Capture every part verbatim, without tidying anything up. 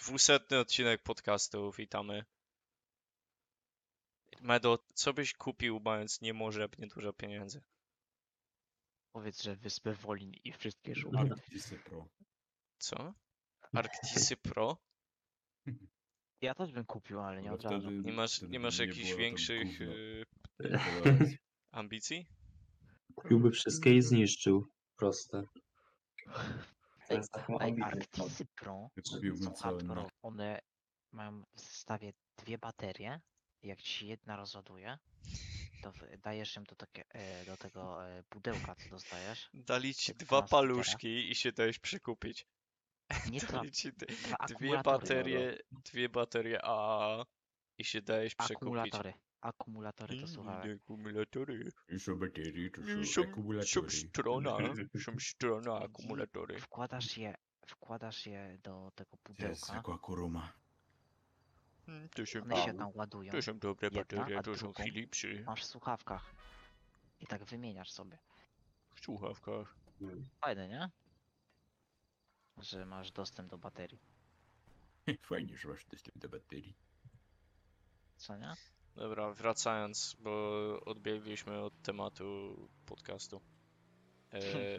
Dwusetny odcinek podcastu, witamy. Medo, co byś kupił, mając niemożebnie dużo pieniędzy? Powiedz, że Wyspę Wolin i wszystkie żółty. Arctisy Pro. Co? Arctisy Pro? Ja też bym kupił, ale nie Ale od razu. wtedy, Nie masz, wtedy nie by masz nie jakichś było na to większych gówno. y, Tolerancji. ambicji? Kupiłby wszystkie i zniszczył. Proste. To Ej, jest taką Ej, ambitną. Arctisy Pro Ja są kupiłbym całe hardcore. na... One mają w zestawie dwie baterie. Jak ci się jedna rozładuje, to w- dajesz ją do, takie, e, do tego e, pudełka, co dostajesz. Dali ci Tylko dwa na stickera. paluszki i się dałeś przekupić. Nie dwa, Dali ci d- dwa dwie akumulatory. baterie, dwie baterie A A i się dałeś przekupić. Akumulatory. Akumulatory to Mm, słuchaj. Akumulatory. I są baterie, to Mm, są Są, są akumulatory. strona, są strona akumulatory. Wkładasz je, wkładasz je do tego To jest pudełka. zwykła kuruma. Mm, To są, One się tam ładują. to są dobre Jedna, baterie, a to są drugą Philipsy. masz w słuchawkach. I tak wymieniasz sobie. W słuchawkach. Fajne, nie? Że masz dostęp do baterii. Fajnie, że masz dostęp do baterii. Co nie? Dobra, wracając, bo odbiegliśmy od tematu podcastu. E,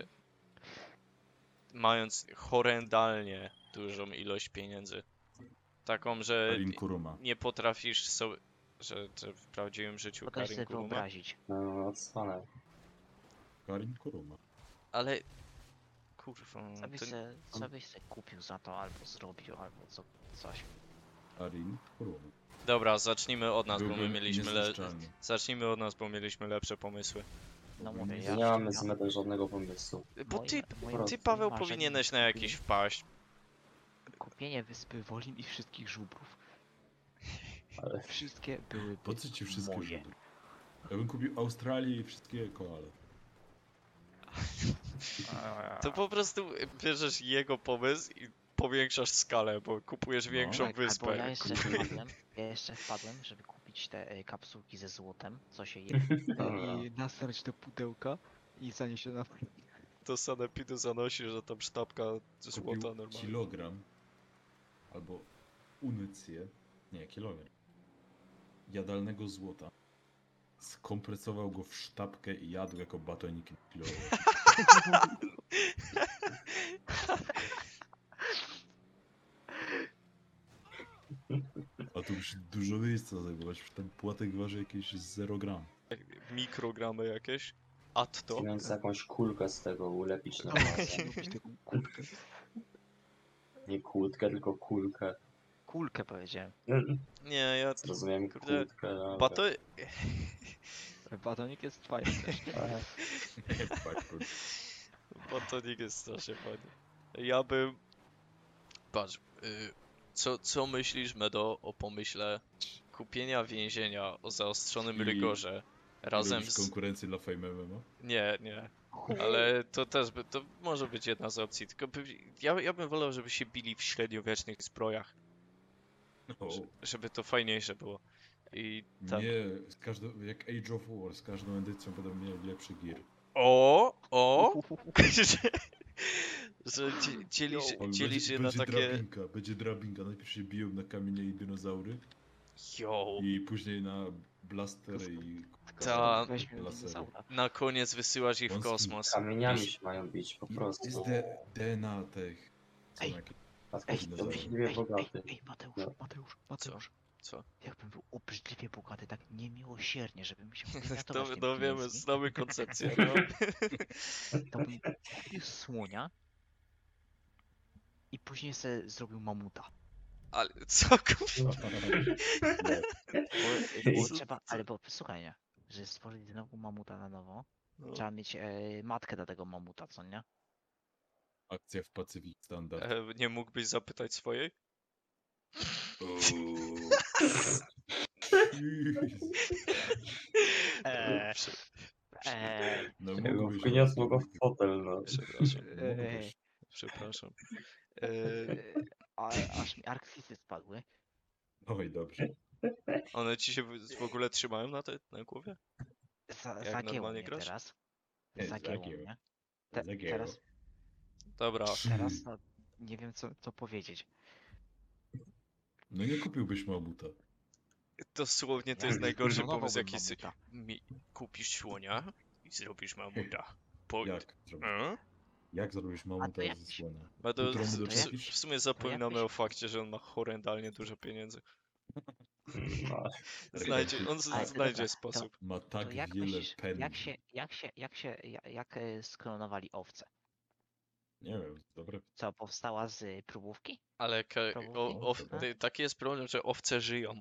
mając horrendalnie dużą ilość pieniędzy. Taką, że Karin Kuruma. nie potrafisz sobie... Że, że w prawdziwym życiu Potrafisz Karin sobie Kuruma. wyobrazić. No, odsłonę. Karin Kuruma. Ale... Kurwa, Co byś, to... se, co byś se kupił za to, albo zrobił, albo co, coś. Karin Kuruma. Dobra, zacznijmy od nas, bo my Byłbym mieliśmy le... niezniszczalny. Zacznijmy od nas, bo mieliśmy lepsze pomysły. No Byłbym mówię, Nie ja- niezniszczalny. mamy z Medem żadnego pomysłu. Bo Moim- ty, moim ty Paweł, marzeniem powinieneś na jest jakiś wpaść. Kupienie Wyspy Wolin i wszystkich żubrów. Ale Wszystkie były Po co ci wszystkie moje. żubry? Ja bym kupił Australię i wszystkie koale. To po prostu bierzesz jego pomysł i powiększasz skalę, bo kupujesz No. większą Tak, wyspę. albo ja jeszcze Kupujesz- wpadłem, ja jeszcze wpadłem, żeby kupić te e, kapsułki ze złotem, co się je. I nasrać do pudełka i zanieść na... Do sanepidu zanosisz, że tam sztabka złota Kupił normalnie. kilogram albo unycję, nie, kilogram jadalnego złota, skompresował go w sztabkę i jadł jako batonik kilowy. A tu musi dużo miejsca zajmować, przecież ten płatek waży jakieś zero gram. Mikrogramy jakieś. Atto. Chciałem jakąś kulkę z tego ulepić na No, bazę. lubisz taką kulkę. Nie kłódkę, tylko kulkę. Kulkę powiedziałem. Nie, ja... Zrozumiałem Kurde, kłódkę. ale- Bato... Batonik jest fajny też. Ale Bakun. Batonik jest strasznie fajny. Ja bym... Patrz, y, co, co myślisz, Medo, o pomyśle kupienia więzienia o zaostrzonym I- rygorze razem Robisz z... konkurencję dla Fame M M A? Nie, nie. Ale to też by, to może być jedna z opcji, tylko by, ja, ja bym wolał, żeby się bili w średniowiecznych zbrojach, O, żeby to fajniejsze było. I tam... nie, z każdą, jak Age of War, z każdą edycją będą mieli lepszy gear. O, o, że, że dzie- dzielisz, Ale dzielisz będzie, je na będzie takie... drabinka, będzie drabinka. Najpierw się biją na kamienie i dinozaury, Yo, i później na blastery i Ta- Weźmy lasery. dinozaura. na koniec wysyłasz ich w Wąski kosmos. kamieniami Wiesz- się mają bić po I- prostu. Jest D- D N A tych. Co Ej. na jakie- Matko, Ej, się ej, obrzydliwie ej, bogaty. ej, Mateusz, No. Mateusz, Mateusz. Co? Jakbym był obrzydliwie bogaty, tak niemiłosiernie, żeby mi się To, wymiatować tymi no wiemy, pieniędzmi, znamy koncepcję, no. to bym kupił słonia i później sobie zrobił mamuta. Ale co kurwa? Bo, bo Co- trzeba, co- ale bo słuchaj, nie, że stworzyć znowu mamuta na nowo, No. trzeba mieć e, matkę do tego mamuta, co nie? Akcja w Pacyfik Standard. E, nie mógłbyś zapytać swojej? Eee, Prze- eee, No Tego mógłbyś, wgniosło go w fotel, no. Przepraszam, mógłbyś. przepraszam. E, eee, a, aż mi arkwizy spadły. Oj, dobrze. one ci się w, w ogóle trzymają na, te, na głowie? Za, Jak zagięło normalnie mnie grasz? teraz. Nie, Zagięło zagięło. mnie. Te, Zagięło. teraz, Dobra, teraz no, nie wiem co, co powiedzieć. No nie kupiłbyś mamuta. Dosłownie to Ja jest najgorszy pomysł, klonowałbym jaki sy... mamuta. Mi... Kupisz słonia i zrobisz mamuta. Po... Jak zrobisz? E? Jak zrobisz mamuta to jak ze byś- słona? Mado, Jutro mu w, to w, jak- su- doczepisz? w sumie zapominamy byś- o fakcie, że on ma horrendalnie dużo pieniędzy. No, Znajdzie, on z- Ale znajdzie dobra, to- sposób. Ma To tak jak wiele myślisz, jak pędzi. się, jak się, jak się, jak, jak e, sklonowali owce? Nie wiem, dobre. Co, powstała z y, próbówki? Ale ka- Próbówki? o, o, Chyba. ty- taki jest problem, że owce żyją.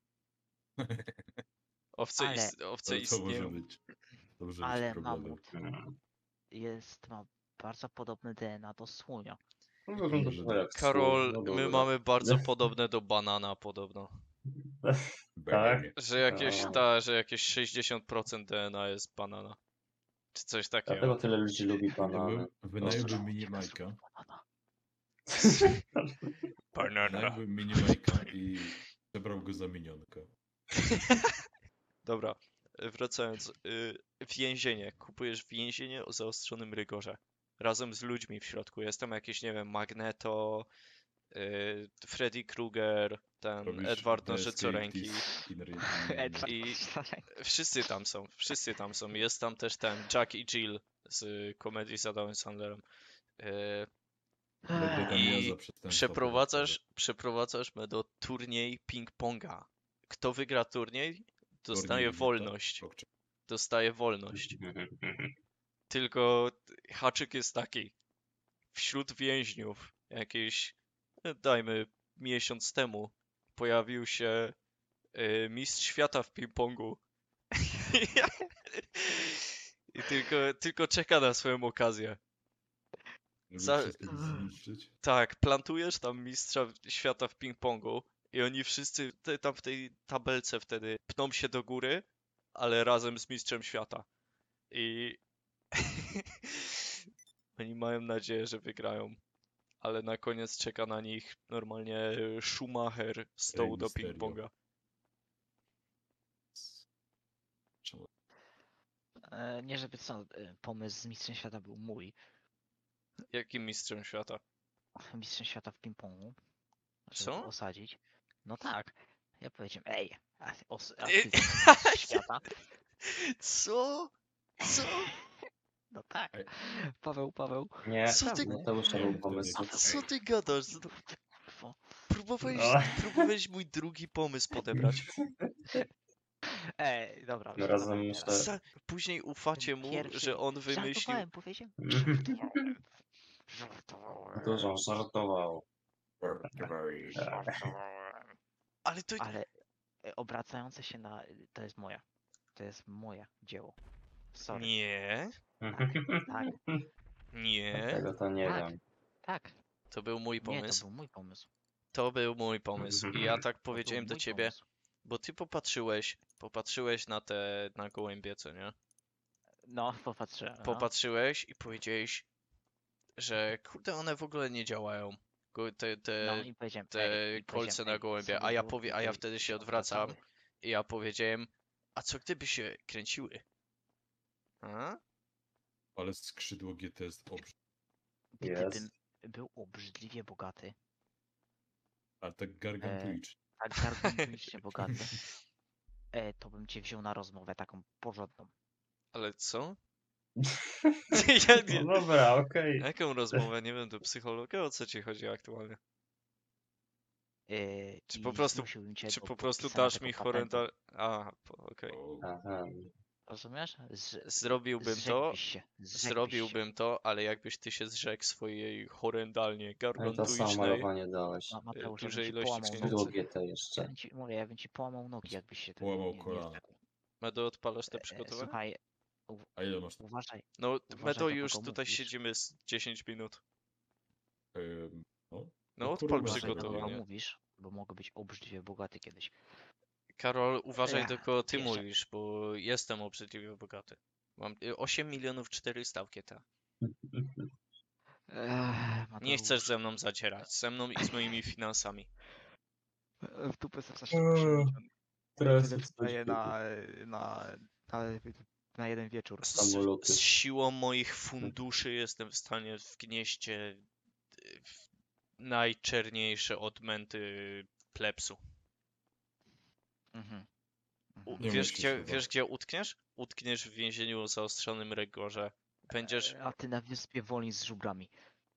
Owce, Ale- ist, owce Ale to może istnieją. być. To może Ale być problemem. mamut jest, ma bardzo podobny D N A do słonia. no wygląda trochę jak Karol, słon, no my dobra. mamy bardzo podobne do banana podobno. Tak? Że jakieś, A. ta, że jakieś sześćdziesiąt procent D N A jest banana. Czy coś Dlatego takiego. tyle ludzi lubi Ja banany. bym wynająłbym Ciekawe, mini ciekawe Majka. słowo banana. Banana. Wynająłbym mini Majka i przebrał go za minionka. Dobra, wracając. y, Więzienie. Kupujesz więzienie o zaostrzonym rygorze. Razem z ludźmi w środku. Jest tam jakiś, nie wiem, Magneto, y, Freddy Krueger, ten Robisz Edward The Nożycoręki. Escape in Red- Edward I- Nożycoręki. Wszyscy tam są, wszyscy tam są. Jest tam też ten Jack i Jill z komedii z Adamem Sandlerem. Y, Freddy'ego I Miaza przestępstwa Przeprowadzasz, przeprowadzasz mnie do turniej ping-ponga. Kto wygra turniej, podatkowe. dostaje Turniej, wolność. tak? Dostaje wolność. Mhm, mhm. Tylko haczyk jest taki. Wśród więźniów, jakieś, e, dajmy, miesiąc temu, pojawił się e, mistrz świata w ping-pongu. I tylko, tylko czeka na swoją okazję. Żeby Za- wszystkich zniszczyć. Tak, plantujesz tam mistrza w- świata w ping-pongu i oni wszyscy te, tam w tej tabelce wtedy pną się do góry, ale razem z mistrzem świata. I oni mają nadzieję, że wygrają. Ale na koniec czeka na nich normalnie Schumacher z Rey dołu do Mysterio. ping-ponga. Czemu? E, nie żeby co, e, pomysł z Mistrzem Świata był mój. Jakim mistrzem świata? Mistrzem Świata w ping-pongu. Żeby Co? go osadzić. No tak. Ja powiedziałem, ej, a, os, a Ej, ty mistrz świata? Co? Co? No tak. Ej. Paweł, Paweł. Nie, Co ty- Mateusza Nie, był to pomysł. nie. Co ty gadasz? No, Kurwo. Próbowałeś, No. próbowałeś mój drugi pomysł podebrać. Ej, dobra. No razem przepraszam myślę- teraz. Za, później ufacie mu, Pierwszy- że on wymyślił. Żartowałem, powiedziałem. Mhm. Żartowałem. Żartowałem. Dużo żartował. Żartowałem. Ale to. Ale e, obracające się na... To jest moja. To jest moje dzieło. Sorry. Nie, Tak, nie. Tego to nie Tak. wiem. tak. To był mój Nie, to pomysł. był mój pomysł. To był mój pomysł. I ja tak To był powiedziałem do mój ciebie, pomysł. bo ty popatrzyłeś, popatrzyłeś na te, na gołębie, co nie? No, popatrzyłem. No. Popatrzyłeś i powiedziałeś, że kurde, one w ogóle nie działają. Go- Te, No te, i powiedziałem, te ej, i kolce powiedziałem, na ej, gołębie, co by a ja było, powie, a ja gdyby wtedy się się odwracam obracały? i ja powiedziałem, a co gdyby się kręciły? A? Ale skrzydło G T jest obrzyd. Gdybym Jest. był obrzydliwie bogaty, Ale tak gargantuicznie. tak gargantuicznie bogaty, e, to bym cię wziął na rozmowę taką porządną. Ale co? Ja nie, No dobra, okej. jaką rozmowę? Nie wiem, do psychologa? O co ci chodzi aktualnie? E, Czy i po prostu- zmusiłbym cię Czy do po prostu podpisania dasz tego mi patentu. horrendal... A, po- okej. O, Aha. Rozumiesz? Z, Zrobiłbym to, zrzekłbyś się, zrzekłbyś się. zrobiłbym to, ale jakbyś ty się zrzekł swojej horrendalnie No i to samo gargantuicznej malowanie dałeś. Ma, Mateusz, ja dużej bym ci ilości połamał pieniędzy. Skrzydło nogi. G T Ja jeszcze. bym ci, mówię, ja bym ci połamał nogi, jakbyś się tego Połamał nie, nie kolana. zrzekł. Medo, odpalasz te E, przygotowania? Słuchaj, a ile masz? uważaj. No, uważaj, Medo, do już kogo tutaj mówisz. siedzimy z dziesięć minut. Ym, no. No, No, odpal kurwa, Uważaj, do kogo przygotowanie. mówisz, bo mogę być obrzydliwie bogaty kiedyś. Karol, uważaj, Ja, do kogo ty jeszcze. mówisz, bo jestem obrzydliwie bogaty. Mam y, osiem milionów czterysta w G T A. Ech, Nie chcesz Mateusz, ze mną zacierać, ze mną i z moimi finansami. w dupę sobie Eee, Teraz Tyle jest wydaje coś na, na, na, na jeden wieczór. Z, Samoloty. z siłą moich funduszy jestem w stanie wgnieść cię w najczerniejsze odmęty Plepsu. Mhm. U, Mhm. Nie wiesz, musisz gdzie, chyba. wiesz, gdzie utkniesz? Utkniesz w więzieniu o zaostrzonym rygorze. Będziesz... E, A ty na wyspie Wolin z żubrami.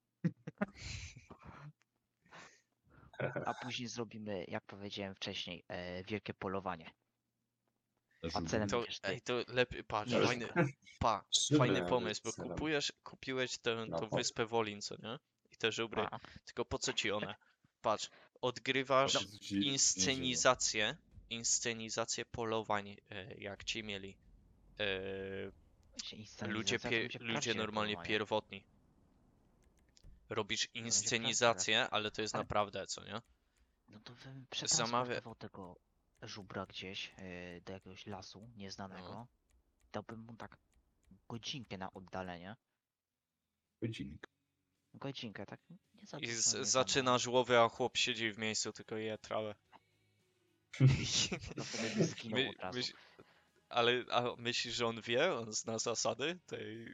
A później zrobimy, jak powiedziałem wcześniej, e, wielkie polowanie. Też A lubię. celem To, będziesz ty. ej, to lepiej, patrz, Nie, fajny, pa, Szyby fajny miały pomysł, bo być celem. kupujesz, kupiłeś tę No tą po- wyspę Wolin, co nie? I te żubry. A, Tylko po co ci one? Patrz, odgrywasz Po co ci więzienie? inscenizację, inscenizację polowań, e, jak ci mieli e, wiecie, ludzie, inscenizacja to pie, będzie ludzie prawdziwe normalnie polowanie. pierwotni. Robisz będzie inscenizację, ale to jest Ale- naprawdę, co nie? No to bym Zamawia- przetransportował tego żubra gdzieś e, do jakiegoś lasu nieznanego. No. Dałbym mu tak godzinkę na oddalenie. Godzinnik. Godzinkę, tak nie za I dużo, z, nie za zaczynasz łowę, a chłop siedzi w miejscu, tylko je trawę. mało. To wtedy by zginął My, od razu. myśl, ale a myślisz, że on wie? On zna zasady tej...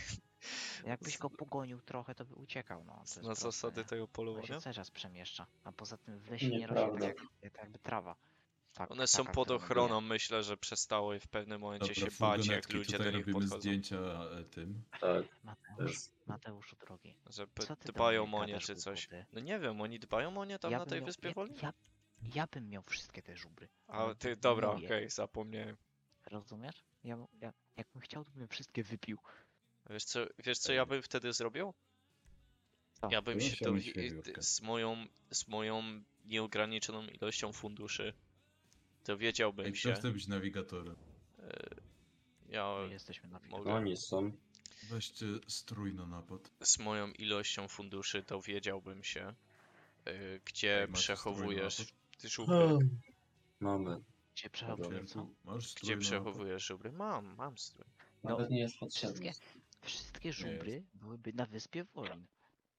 Jakbyś go pogonił trochę, to by uciekał, no. To jest Zna proste, zasady nie? tego On się polowania? cały czas przemieszcza. A poza tym w lesie nie rośnie tak Nieprawda. jak, tak jakby trawa. Tak, One są taka, pod którą bije. ochroną, myślę, że przestały w pewnym momencie Dobra, się bać, jak furgonetki, ludzie do tutaj nich robimy podchodzą. zdjęcia e, tym. Tak, to Mateusz, jest... Mateuszu drogi. Że Co ty do dbają mnie o nie gadasz czy coś. głupoty? No nie wiem, oni dbają o nie tam Ja na bym tej miał- wyspie ja, woli? ja, ja bym miał wszystkie te żubry. A ale ty, bym dobra, miał okej, je. zapomniałem. Rozumiesz? Ja, ja, jakbym chciał, to bym wszystkie wypił. Wiesz co, wiesz co ja bym wtedy zrobił? Co? Ja bym bym się chciał mieć dowi- wiewiórkę. z moją, z moją nieograniczoną ilością funduszy dowiedziałbym Ej, kto się. chce być nawigatorem? e, Ja My jesteśmy na mogę. Oni są. Weźcie strój na napad. Z moją ilością funduszy dowiedziałbym się, e, gdzie Ej, masz przechowujesz strój ty żubry. Mamy. Gdzie przechowuję co? Kierku, masz strój Gdzie na przechowujesz żubry? Mam, mam strój. No, Nawet nie jest potrzebny. Wszystkie, wszystkie żubry byłyby na wyspie Wolin.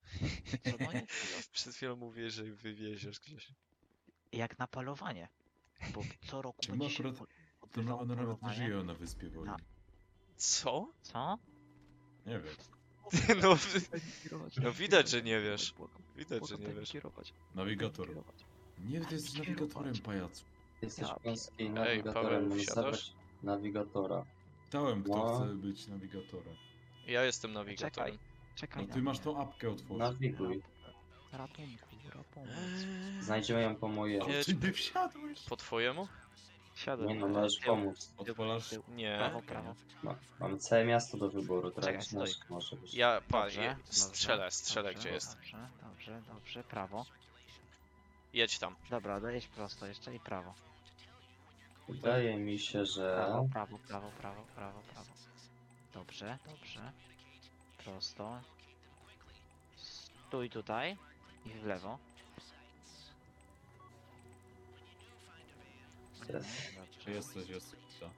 Co do nich? Przed chwilą mówię, że wywieziesz gdzieś. Jak na polowanie. Bo co roku Czemu będzie się akurat po- To no, odbywało one nawet nie polowanie. żyją na wyspie Woli. Na- Co? Co? Nie wiem. No, no widać, że nie wiesz. Widać, że nie wiesz. Nawigator. Nie, ty jesteś Kierować. nawigatorem, pajacu. Ty jesteś Ja polski Ej, nawigatorem, Paweł, możesz wsiadasz? zabrać nawigatora. Pytałem, kto No. chce być nawigatorem. Ja jestem nawigatorem. Czekaj No na ty masz mnie. tą apkę otworzyć. Nawiguj. Ratunku, ratunku. Znajdziemy ją po mojej. Nie, Ty nie wsiadłeś! Po twojemu? Siadłem. Nie no, możesz Tył, pomóc. Odpalasz? tył. Nie. Prawo, prawo. Ma, mamy całe miasto do wyboru, Czekaj, teraz stój. nasz może być. Ja, pa, Dobrze, je, dobrze, strzelę, strzelę, dobrze, gdzie jest. Dobrze, dobrze, dobrze, prawo. Jedź tam. Dobra, dojedź prosto jeszcze i prawo. Wydaje mi się, że... Prawo, prawo, prawo, prawo, prawo, prawo. Dobrze, dobrze. Prosto. Stój tutaj i w lewo. Jest. Czy jesteś, jesteś. Tak.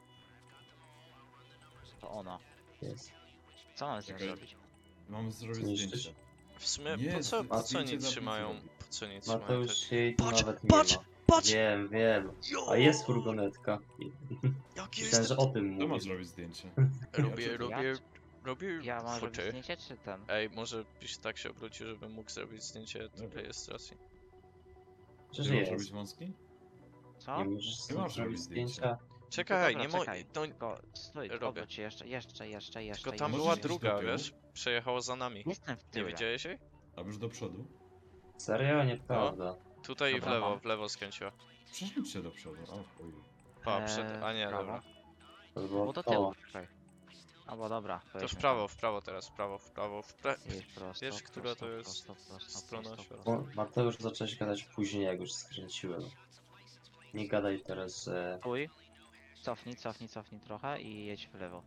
To ona. Jest. Co mamy z nią Czekaj. zrobić? Mamy zrobić Zniszczyć. zdjęcie. W sumie, Nie, po co, z- po co zdjęcie nie za trzymają, plecami. po co nie trzymają Mateusz te... jej tu Patrz, nawet nie patrz, ma. patrz! Wiem, wiem. Jo! A jest furgonetka. Jak Myślałem, jest? że o tym Kto ma mówisz. zrobić zdjęcie? Robię, Ja czy ty? robię, robię Ja mam zrobić foty. zdjęcie czy ten? Ej, może byś tak się obrócił, żebym mógł zrobić zdjęcie Dobra. rejestracji. Przecież Ty masz jest. robić wąski? Co? Nie możesz Ty masz zrobić robić zdjęcie. zdjęcia. Czekaj, dobra, nie mo... czekaj. No, Tylko stój, Robię. obróć się jeszcze, jeszcze, jeszcze, jeszcze. tylko tam Możesz była iść do druga, tyłu? wiesz? Przejechała za nami. Jestem w Nie tyle. widziałeś jej? A już do przodu? Serio? Nieprawda. Tutaj i w Dobra, lewo, mam. w lewo skręciła. Przejdź się do przodu. O, chuj. Pa, przed... Eee, A nie, prawo. dobra. To było Bo do to. tyłu, czekaj. Albo dobra. To w pojedźmy prawo, w prawo teraz, w prawo, w prawo, w prawo. tam. Jedź prosto, Wiesz, która prosto, to jest prosto, prosto, strona prosto, świata? prosto. Bo Mateusz zacząłeś gadać później, jak już skręciłem. Nie gadaj teraz, że... Stój. Cofnij, cofnij, cofnij trochę i jedź w lewo.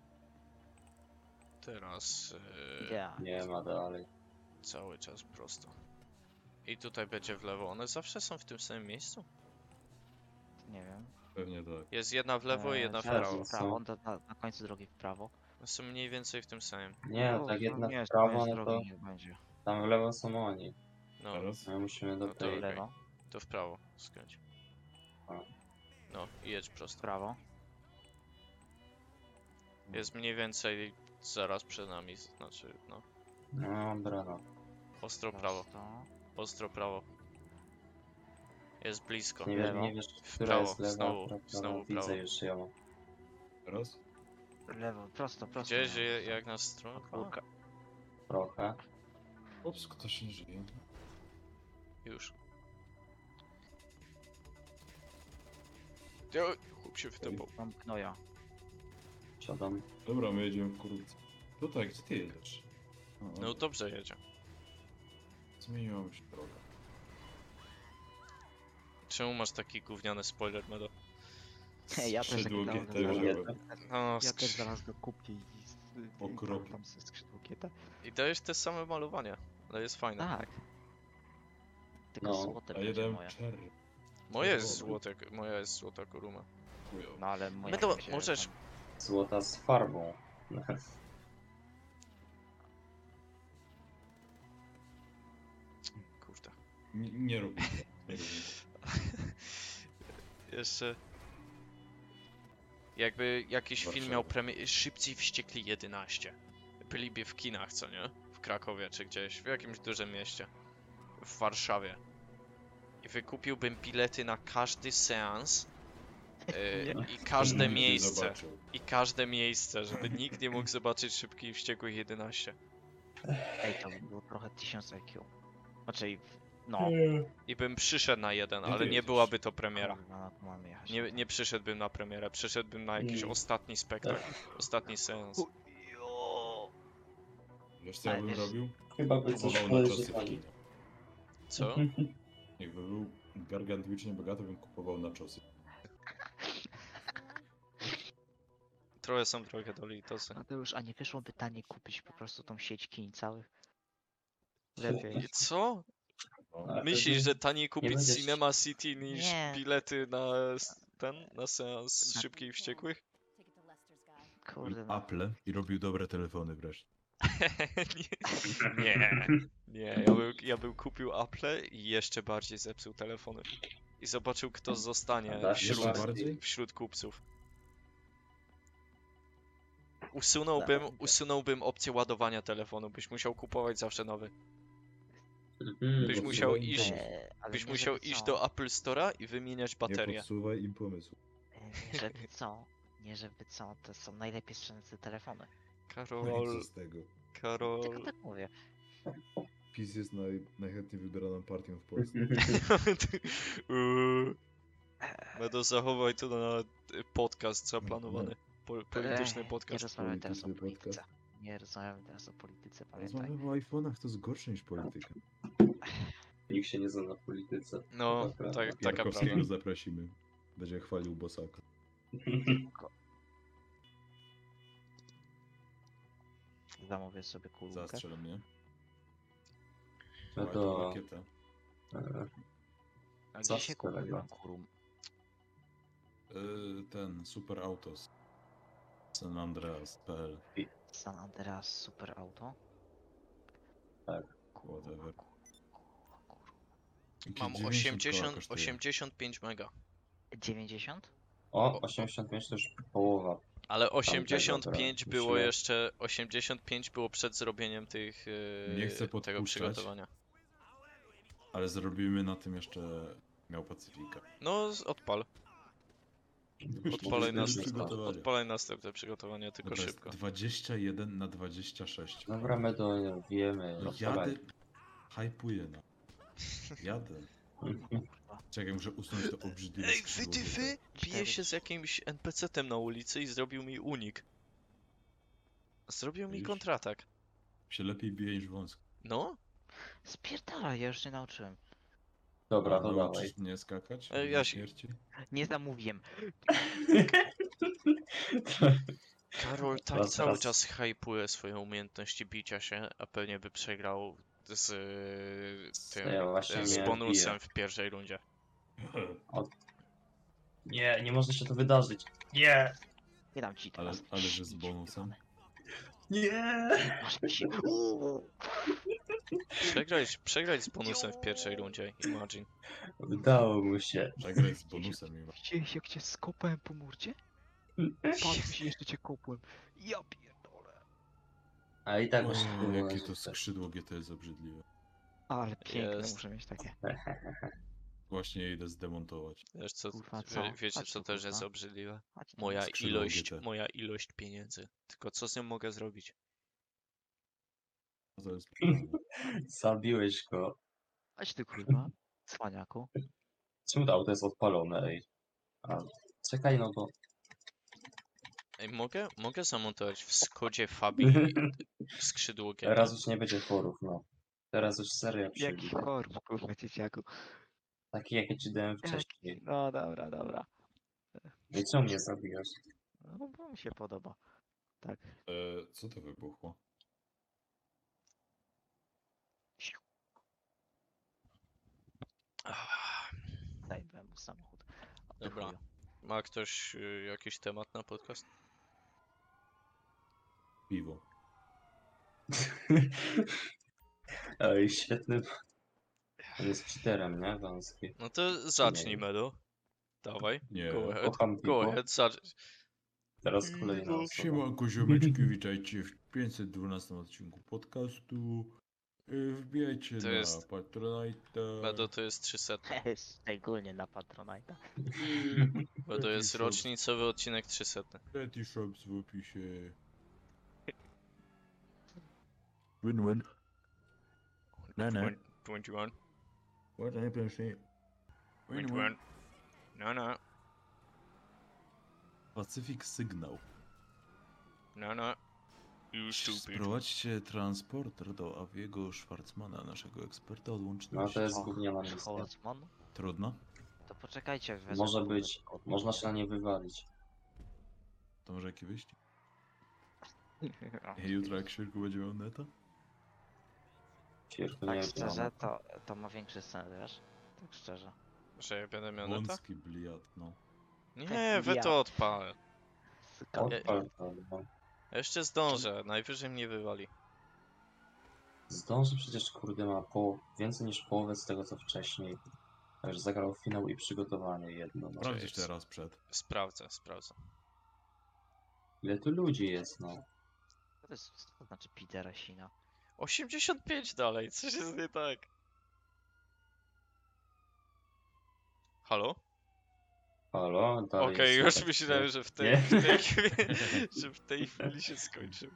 Teraz yy, Ja. Nie ma dalej. cały czas prosto. I tutaj będzie w lewo. One zawsze są w tym samym miejscu? Nie wiem. Pewnie tak. Jest jedna w lewo i jedna w Eee, prawo. W prawo, do, na, na końcu drogi w prawo. One są mniej więcej w tym samym. Nie, no O, tak jedna nie, w prawo, koniec no to drogi nie będzie. tam w lewo są oni. No, Teraz? My musimy No do to tej... okej. Lewo, to w prawo skręć. A. No i jedź w prosto. prawo. Jest mniej więcej zaraz przed nami, znaczy no. No dobra, no. Ostro prawo, Prosto. ostro prawo. Jest blisko. Nie wiesz, Lewo. nie wiesz, W która prawo, jest lewa, znowu, która prawa. znowu prawo. Widzę już ją. Teraz? Lewo, prosto, prosto. Gdzieś miałem je- zostać. jak na stronę? Podwórka. Trochę. Ops, ktoś nie żyje. Już. Ja, chłop się wytępał. Mam gnoja. Siadam. Dobra, my jedziemy w kurówce. Tutaj, gdzie ty jedziesz? O, No dobra. dobrze jedzie. Zmieniła mi się droga. Czemu masz taki gówniany spoiler, Medo? Ja też Skrzydło tak G T dałem, wziąłem. No, Ja skrzy- też zaraz go kupię i, z- i Okropnie. tam, tam ze skrzydło G T. I dajesz te same malowanie, ale jest fajne. Tak. Tylko No, złote A będzie jeden moje. czerny. Moje jest Dobra. złote, moja jest złota koruma. Chujowo. No ale moja Medo, się możesz... tam- Złota z farbą. Kurde. Nie, nie robię tego. Nie robię tego. Jeszcze... Jakby jakiś film Warszawa. miał premierę... Szybciej Wściekli jedenaście. Byliby w kinach, co nie? W Krakowie czy gdzieś, w jakimś dużym mieście. W Warszawie. I wykupiłbym bilety na każdy seans. Yy, I każde Nikt nie miejsce. zobaczył. I każde miejsce, żeby nikt nie mógł zobaczyć Szybkich i Wściekłych jedenaście. Ej, to by było trochę tysiąc I Q. Znaczy, no. I bym przyszedł na jeden, Gdzie ty ale nie jedziesz? byłaby to premiera. Kurwa, no to mamy jechać. Nie, nie przyszedłbym na premierę, przyszedłbym na jakiś Mm. ostatni spektakl, ostatni seans. Wiesz co ja Ale bym wiesz- robił? Chyba by coś Kupował na czasy w podejrzewali. kinie. Co? Jakby był gargantuicznie bogaty, bym kupował na czosy. Trochę są trochę do litosy. Mateusz, a nie wyszłoby taniej kupić po prostu tą sieć kin całych? Lepiej. I co? No. Ale Myślisz, wtedy że taniej kupić będziesz- Cinema City niż Nie. bilety na s- ten, na seans Na- Szybkich i Wściekłych? Kurde, no. Apple i robił dobre telefony wreszcie. nie, nie, nie, ja bym, ja bym kupił Apple i jeszcze bardziej zepsuł telefony. I zobaczył, kto zostanie A dasz wśród, Jeszcze bardziej? wśród kupców. Usunąłbym, Tak. usunąłbym opcję ładowania telefonu, byś musiał kupować zawsze nowy. Mhm. Byś Nie musiał podsuwaj im iść- pomysłu. Eee, ale Byś nie musiał żeby iść co. do Apple Store'a i wymieniać Nie baterię. podsuwaj im pomysłu. Eee, Nie żeby co. Nie żeby co. To są najlepiej sprzedające telefony. No i Karol, co z tego? Karol... Tylko tak mówię. PiS jest naj, najchętniej wybieraną partią w Polsce. Uuu. Będę zachować to na y, podcast zaplanowany. Po, polityczny Eee, Nie podcast. rozmawiamy teraz o Polityczny polityce. podcast. Nie rozmawiamy teraz o polityce, pamiętaj. Rozmawiamy o iPhone'ach, to jest gorsze niż polityka. Nikt się nie zna na polityce. No, Taka prawda. tak, taka prawda. Jarkowskiego zaprosimy. Będzie chwalił Bosaka. Zamówię sobie kulkę. Zastrzel mnie. No Dawaj to- tą rakietę. E, A co gdzie się z tego? kupiłem kurum? Yy, ten, Super Autos. San Andreas punkt p l. San Andreas Super Auto? Tak. Kurwa, Whatever. kurwa, kurwa. Jakieś Mam dziewięćdziesiąt koła osiemdziesiąt, kosztuje. osiemdziesiąt pięć mega. dziewięćdziesiąt? O, osiemdziesiąt pięć to już połowa. Ale osiemdziesiąt pięć dobra, było musimy- jeszcze, osiemdziesiąt pięć było przed zrobieniem tych, yy, Nie chcę tego podpuszczać. przygotowania. Ale zrobimy na tym jeszcze miał Pacyfika. No, z- odpal. Odpalaj, Bez następne, przygotowania. odpalaj następne przygotowanie, tylko Dobra, jest szybko. dwadzieścia jeden na dwadzieścia sześć. Dobra, my to wiemy. No jadę. Hypuję na. Jadę. Kurwa. Czekaj, muszę usunąć to obrzydliwe Ej, skrzydło wytyfy! tutaj. Bije się z jakimś en pe ce tem na ulicy i zrobił mi unik. Zrobił mi Widzisz? kontratak. Się lepiej bije niż wąsko. No? Spierdalaj, ja już nie nauczyłem. Dobra, A to nauczysz dawaj. mnie skakać? Ej, Na ja się- śmierci? Nie zamówiłem. Karol tak Teraz- cały teraz- czas hypuje swoje umiejętności bicia się, a pewnie by przegrał z y, tym, Ja właśnie z nie bonusem biję. w pierwszej rundzie. Nie, nie może się to wydarzyć. Nie! Nie dam ci Ale, teraz. ale że z bonusem? Nie! Masz mi się. Uuu. Przegrać, przegrać z bonusem w pierwszej rundzie, imagine. Udało mu się. Przegrać z bonusem mimo. Widziałeś jak cię skopałem po murcie? Patrz się, jeszcze cię kopłem. Ja pierdolę. A i tak O, właśnie było jakie na to życie. skrzydło G T jest obrzydliwe. Ale piękne Jest. muszę mieć takie. Właśnie idę zdemontować. Wiesz co, Kurwa, wie, co? wiecie Chodź co tu, też jest kurwa. obrzydliwe? Chodź tu. Moja Skrzydło ilość, G T. moja ilość pieniędzy. Tylko co z nią mogę zrobić? To jest pytanie. Zabiłeś go. Chodź ty kurwa, cwaniaku. Czemu to auto jest odpalone, ej? A, czekaj, no bo... Ej, mogę, mogę zamontować w Skodzie Fabii skrzydło G T? Teraz już nie będzie forów, no. Teraz już seria Jaki przyjdzie. form, kurwa, dzieciaku. Taki, jakie ci dałem Jaki? wcześniej. No dobra, dobra. No i czemu mnie zabijasz? No bo mi się podoba. Tak. E, co to wybuchło? Ah, Daj mu samochód. O ty Dobra. chuju. Ma ktoś y, jakiś temat na podcast? Piwo. Ej, świetny. On jest cheaterem, nie? Wąski. No to zacznij, Medo. Dawaj. Nie. Go ahead. Kocham Go piwo. ahead, zacznij. Teraz kolejna Piwo. osoba. Siemanko ziomeczki, witajcie w pięćset dwunastym odcinku podcastu. E, Wbijajcie To na jest- Patronite'a. Medo to jest trzysta. Szczególnie na Patronite'a. Medo jest rocznicowy odcinek trzysta. Petty Shops w opisie. Win-win. Nie, nie. dwadzieścia jeden. What happened? dwadzieścia jeden. No, no. Pacific Sygnał. No, no. You stupid. Sprowadźcie transporter do Aviego Schwarzmana, naszego eksperta od łączności. No to jest Och, gówniana misja. Schwarzman? Trudno? To poczekajcie, wezmę Może kurde być. od- Można się na nie wywalić. To może jaki wyjść? Jutro jak Świerku będzie miał neta? Świerku, nie Tak wiem, czy szczerze, mam- to, to ma większy sens, wiesz? Tak szczerze. Że ja będę miał neta? Wąski bliat, no. Nie, wy to odpalę. Syka. Odpal to, no. Ja jeszcze zdążę, najwyżej mnie wywali. Zdąży przecież, kurde, ma po... więcej niż połowę z tego, co wcześniej. Także zagrał finał i przygotowanie jedno. No. Sprawdzisz jest. teraz przed. Sprawdzę, sprawdzę. Ile tu ludzi jest, no. To jest, co to znaczy Piterasina? osiemdziesiąt pięć dalej, coś jest nie tak. Halo? Halo? Dalej Okej, jest już słychać, myślałem, nie? że w tej, Nie? w tej chwili, że w tej chwili się skończył.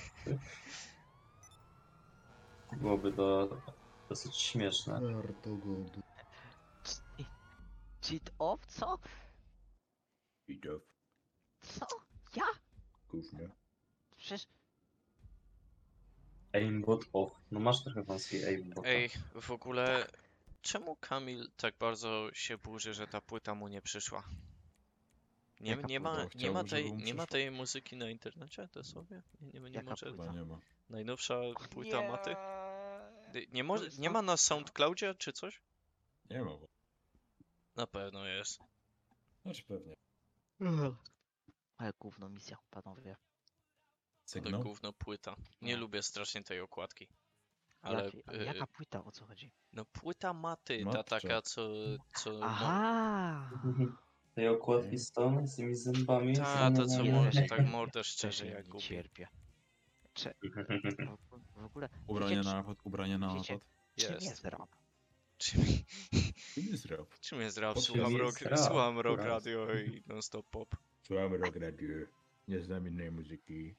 Byłoby to dosyć śmieszne. Cheat off? Co? Idziów. Co? Ja? Gównie. Przecież... Aimbot off. No masz trochę wąski aimbot. Ej, w ogóle, czemu Kamil tak bardzo się burzy, że ta płyta mu nie przyszła? Nie, Jaka nie ma, płyta? nie ma Chciałby, żeby tej, mu nie ma przyszła. tej muzyki na internecie dosłownie? Nie, nie, nie Jaka może. płyta? Chyba nie ma. Najnowsza płyta Maty? Nie. Nie, nie, może, jest nie to- ma na SoundCloudzie czy coś? Nie ma. bo- Na pewno jest. Znaczy pewnie. Ale gówno misja, panowie. To Sygnał? gówno płyta. Nie No. lubię strasznie tej okładki. Ale Jaki, ale y, jaka płyta, o co chodzi? no płyta Maty, ta Matcza. taka co... co mo- Aha! Tej okładki z tą, z tymi zębami. ta, to co nie, mo- nie. tak mordę szczerze Też jak nie głupi. cierpię. Cze... W, w ogóle... Ubranie wiecie, na napad, ubranie na wiecie- napad. Czym, czym Jest. jest rap? Czym, Czym jest rap? czym jest rap? Pod Słucham czym rock, jest rap? słucham rock Raz. radio i non-stop pop. Słuchamy rock radio. Nie znam innej muzyki.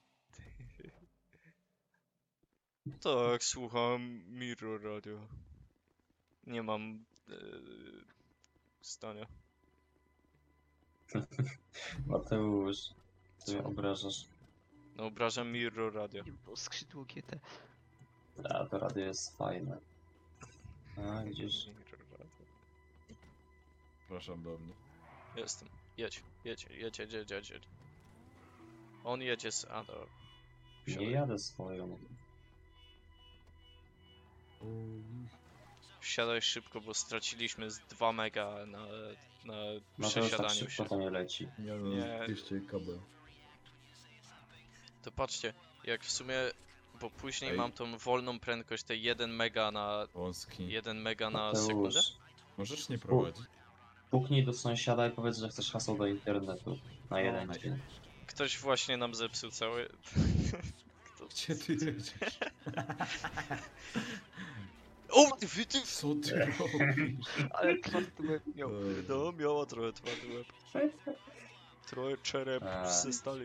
Tak, słucham Mirror Radio. Nie mam yy, zdania. Mateusz, ty mnie Co? obrażasz. No obrażam Mirror Radio. Bo skrzydło G T. A to radio jest fajne. A gdzieś. Mirror Radio. Zapraszam do mnie. Jestem. Jedź, jedź, jedź, jedź, jedź, jedź. jedź. On jedzie z... A, dobra. Nie Wsiadaj. jadę swoją. Wsiadaj szybko, bo straciliśmy z dwa mega na, na Mateusz tak przesiadaniu szybko się. to nie leci. Nie Nie. no, jeszcze kabel. To patrzcie, jak w sumie... Bo później Ej. mam tą wolną prędkość, te jeden mega na... Wąski. jeden mega na sekundę. Mateusz, Możesz nie prowadzić? puknij do sąsiada i powiedz, że chcesz hasło do internetu. Na jeden No. dzień. Ktoś właśnie nam zepsuł cały... Kto... Gdzie ty jedziesz? O, ty, ty. Co ty robisz? Ale twardy łeb miał. Eee, No, miała trochę twardy łeb. Trochę czerep Eee. ze stali.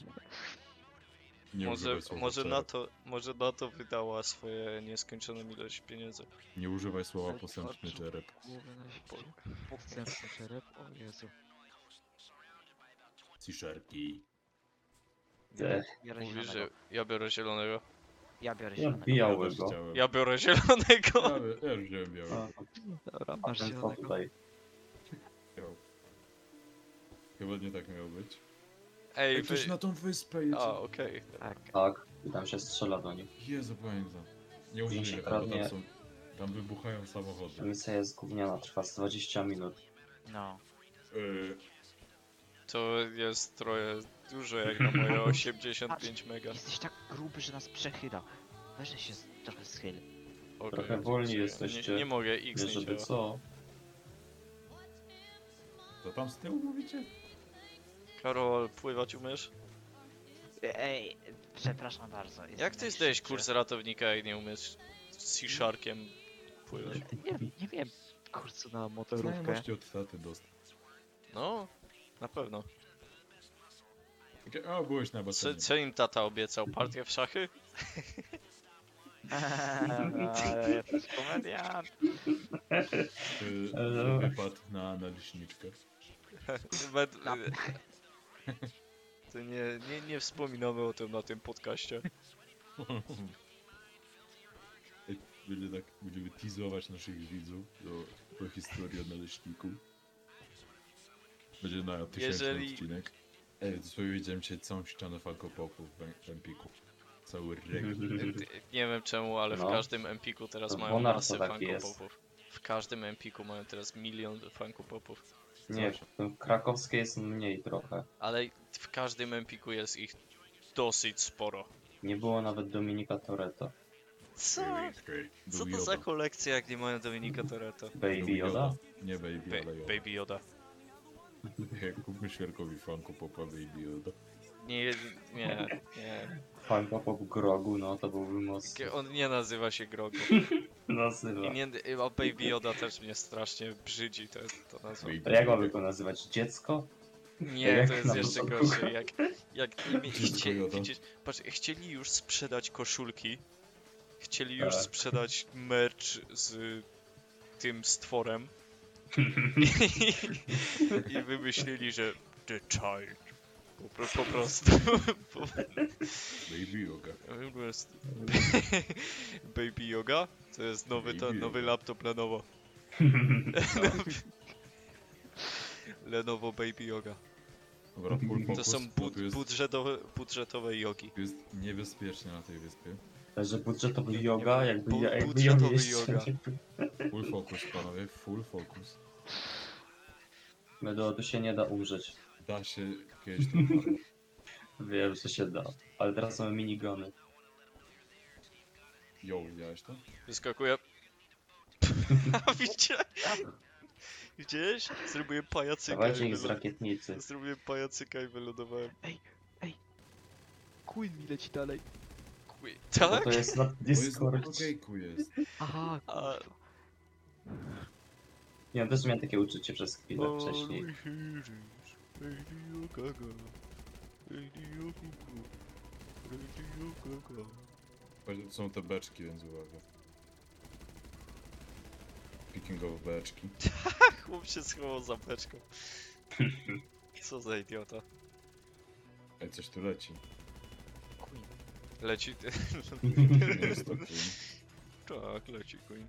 Nie Może, używaj słowa może, na czerep. to, może na to wydała swoje nieskończoną ilość pieniędzy. Nie używaj słowa Ale posępny twardy. czerep. Głowę na śpolu. Podstępny czerep, o Jezu. Ciszerki. Te, Biorę Mówisz, że zielonego. ja biorę zielonego. Ja biorę ja zielonego. Ja też białego. chciałem. Ja biorę zielonego. Ja, ja już wziąłem biały. A, Dobra, a masz ten co zielonego. tutaj? Biały. Chyba nie tak miało być. Ej, Ej, ktoś wy... na tą wyspę jedzie. A, okej. Tak. Tak, i tam się strzela do nich. Jezu, pamiętam. Nie Im się użyję tam, bo tam kradnie. są... Tam wybuchają samochody. Misja jest gówniana, trwa z dwadzieścia minut. No. Yy, To jest trochę dużo jak na moje osiemdziesiąt pięć mega. Jesteś tak gruby, że nas przechyla. Weź się z- trochę schyl. Okej, Trochę wolniej czekaj, jesteście. Nie, nie mogę, X Nie nie żeby działa. co? to tam z tyłu mówicie? Karol, pływać umiesz? Ej, przepraszam bardzo. jestem Jak ty najszybszy. zdajesz kurs ratownika i nie umiesz z C-Sharkiem pływać? Nie, nie wiem. Kursu na motorówkę. Znajomości od taty dostał. No, na pewno. Takie, a, byłeś na Co, basenie. co im tata obiecał? Partię w szachy? Ale jesteś komediant. Yy, Eee. wypadł na naleśniczkę. Med- Na- To nie, nie, nie wspominamy o tym na tym podcaście. Ej, Będzie tak, będziemy teasować naszych widzów do, do historii o naleśniku. Będzie na tysięczny Jeżeli- odcinek. Ej, to sobie wiedziałem dzisiaj całą ścianę Funko Popów w Em- w Empiku. Cały rek. Nie wiem czemu, ale w No. każdym Empiku teraz To mają Bonar masę to taki Funko jest. Popów. W każdym Empiku mają teraz milion Funko Popów. Nie, to krakowskie jest mniej trochę. Ale w każdym Empiku jest ich dosyć sporo. Nie było nawet Dominika Toretto. Co? Był Co to Yoda. za kolekcja, jak nie mają Dominika Toretto? Baby Był Yoda? Nie Baby Ba Yoda. Yoda. Baby Yoda. Kupmy Świerkowi Funko Popa Baby Yoda. Nie, nie, nie. Funko Pop Grogu, no to byłby mocny. On nie nazywa się Grogu. Nazywa. I nie, a Baby Yoda też mnie strasznie brzydzi, to, to nazwa. Baby To jak mamy Yoda. go nazywać? Dziecko? Nie, Jak to jest na jeszcze początku. gorsze. Jak, jak nie mie- Dziecko chcie, Yoda. widzisz, patrz, chcieli już sprzedać koszulki, chcieli już Tak. sprzedać merch z tym stworem i, i wymyślili, że The Child. Po, pro- po prostu. Po, Baby Yoga. po prostu. Baby Yoga? To jest nowy, to, Baby nowy Yoga. laptop Lenovo. Lenovo Baby Yoga. Dobra, full To focus, są bo bud tu jest, budżetowe, budżetowe jogi. tu jest niebezpiecznie na tej wyspie. Że budżetowy Nie, nie yoga, ma- jakby, bu- ja- jakby budżetowy yoga jeszcze yoga. nie- Full focus, panowie, full focus. Medo, tu się nie da umrzeć. Da się kiedyś to umarło. Wiem, że się da. Ale teraz mamy minigony. Yo, widziałeś to? Wyskakuje. Widziałeś? Widziałeś? Zrobiłem pajacyka Dawajcie i ich z wylo- rakietnicy. Zrobiłem pajacyka i wylądowałem. Queen mi leci dalej. Kły- Bo Tak? to jest na To jest na Discord. okejku jest. Aha, A- kurwa. Ja też miałem takie uczucie przez chwilę All wcześniej. we hear is Radio Gaga. Radio Cuckoo. Radio Gaga. Właśnie są te beczki, więc uwaga. Picking of beczki. Chłop się schował za beczką. Co za idiota. Ej, coś tu leci. Queen. Leci. Nie jest to Queen. Tak, leci Queen.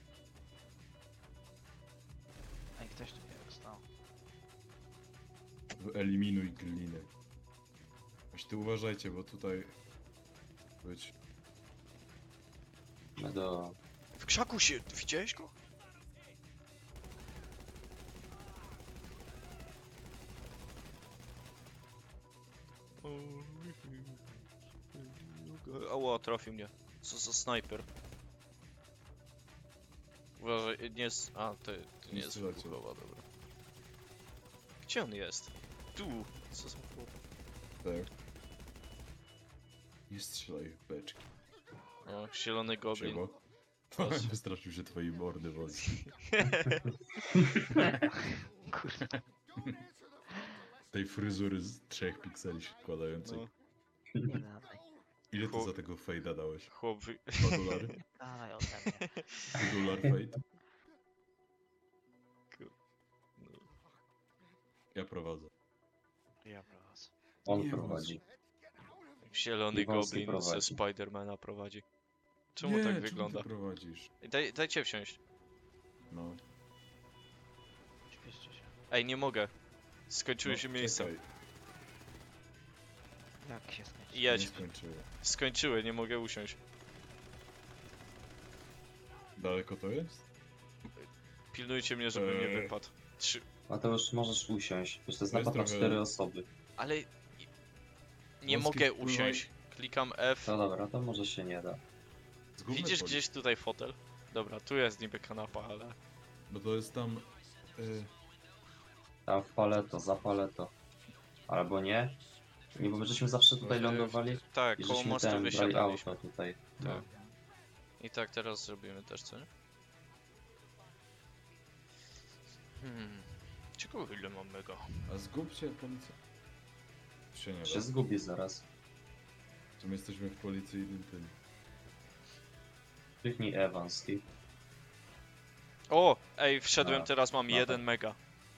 Ej, ktoś tu mnie dostał. Wyeliminuj gliny. Właśnie tu uważajcie, bo tutaj... Być... Medo, W krzaku się. Widziałeś go? Ała, trafił mnie. Co za snajper. Uważaj, nie jest... A, to, to nie Nie jest strzelajcie. wybuchowa, dobra. Gdzie on jest? Tu! Co za chłop? Tak. Nie strzelaj w beczki. O, zielony goblin. Siema. Proszę. Wystraszył się twojej mordy Wolski. Kurwa. Tej fryzury z trzech pikseli się składającej. No, Nie dawaj. Ile ty Chłop- za tego fejda dałeś? chłop... wy- Dwa dolary? Nie dawaj ode mnie. Dolar fejd? No, Ja prowadzę. Ja prowadzę. On Nie, prowadzi. zielony I Wąski goblin ze prowadzi. Spidermana prowadzi. Czemu nie, tak czemu wygląda? Ty prowadzisz? Daj, dajcie wsiąść. No. Śpieszcie się. Ej, nie mogę. Skończyły no, się miejsca. czekaj, Jak się skończy? Jedź. Nie skończyłem. Skończyły, nie mogę usiąść. Daleko to jest? Pilnujcie mnie, żebym nie Eee. wypadł. Trzy... Mateusz, możesz usiąść. Przecież to jest To jest napad na trochę- cztery osoby. Ale... Nie Wąski mogę wpływaj- usiąść. Klikam F. No dobra, to może się nie da. Zgubmy Widzisz poli- gdzieś tutaj fotel? Dobra, tu jest niby kanapa, ale... Bo to jest tam... Y, Tam w paleto, za paleto. Albo nie. Nie, bo żeśmy zawsze tutaj Eee, lądowali Tak, i koło żeśmy mostu ten brali wysiadaliśmy. auto tutaj. Tak. I tak teraz zrobimy też, co nie? Hmm... Ciekawe ile mam mega. a zgubcie policję. Się nie Się da. zgubi zaraz. To my jesteśmy w policyjnym tym. Kliknij Ewanski. O! Ej, wszedłem, A, teraz mam no jeden tak. mega.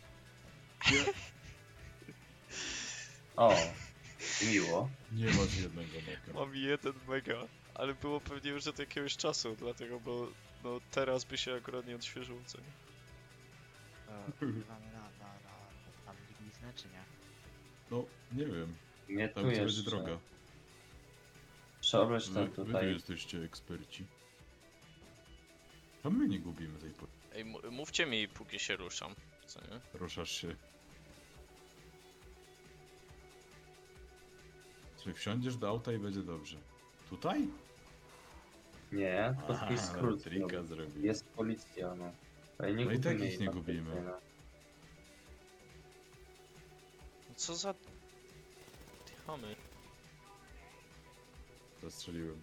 O, miło. Nie masz jednego meka. Mam jeden mega. Ale było pewnie już od jakiegoś czasu, dlatego, bo no teraz by się akurat nie odświeżyło, co nie? E, Wpływamy na, na, na, na bliznę, czy nie? No, nie wiem. Mnie Tam tu gdzie będzie jeszcze. droga. Przeobrać Wy, ten wy tu tutaj. jesteście eksperci. A my nie gubimy tej po... Ej, m- mówcie mi, póki się ruszam, co nie? Ruszasz się. Słuchaj, wsiądziesz do auta i będzie dobrze. Tutaj? Nie, to taki Aha, skrót. trika no. zrobił. Jest policja, no. Ale nie No i tak gubimy ich jej nie na gubimy. pewno, no. No co za... Chamy. Zastrzeliłem.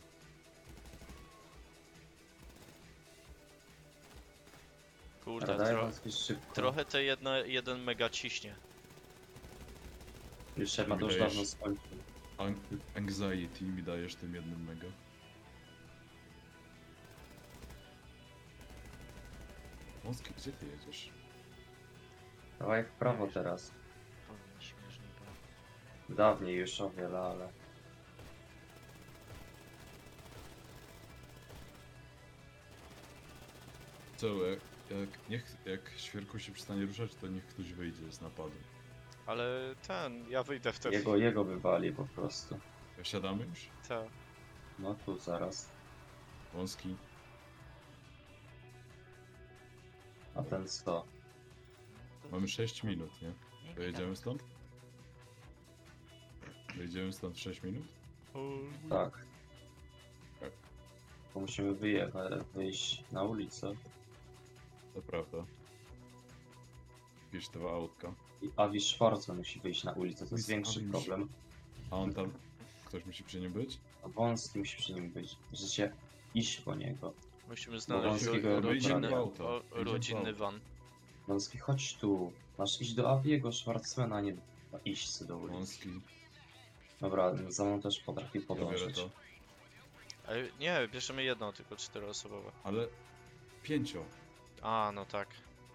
Kurde, Dobra, daj tro Ewanski szybko. trochę te jedna, jeden mega ciśnie. Już się Mi Mateusz dajesz- dawno skończył. An anxiety mi dajesz tym jednym mega. Wąski, gdzie ty jedziesz? Dawaj w prawo teraz. Powinniśmy już nie było. Dawniej już o wiele, ale... Co, jak, jak, niech, jak świerku się przestanie ruszać, to niech ktoś wyjdzie z napadu. Ale ten, ja wyjdę wtedy. Jego, jego wywali po prostu. Siadamy już? Ta. No tu zaraz. Wąski. A ten co? Mamy sześć minut, nie? Nie, nie Wyjedziemy gadaj. stąd? Wyjedziemy stąd w sześć minut? Tak. Tak. Bo musimy wyjechać, wyjść na ulicę. To prawda. Jakieś dwa autka. I Avi Schwarzer musi wyjść na ulicę, to jest Oj, większy Avi problem. A on tam... Ktoś musi przy nim być? A Wąski musi przy nim być. Możecie iść po niego. Musimy znaleźć Wąskiego ro dobra. rodzinny, Idziemy w auto. o, Idziemy w rodzinny auto. van. Wąski, chodź tu. Masz iść do Aviego Schwarzmana, a nie iść sobie do ulicy. Wąski. Dobra, za mną też potrafi Ja biorę podążać. to. Ale nie, bierzemy jedno, tylko czteroosobowe. Ale... Pięcio. A, no tak.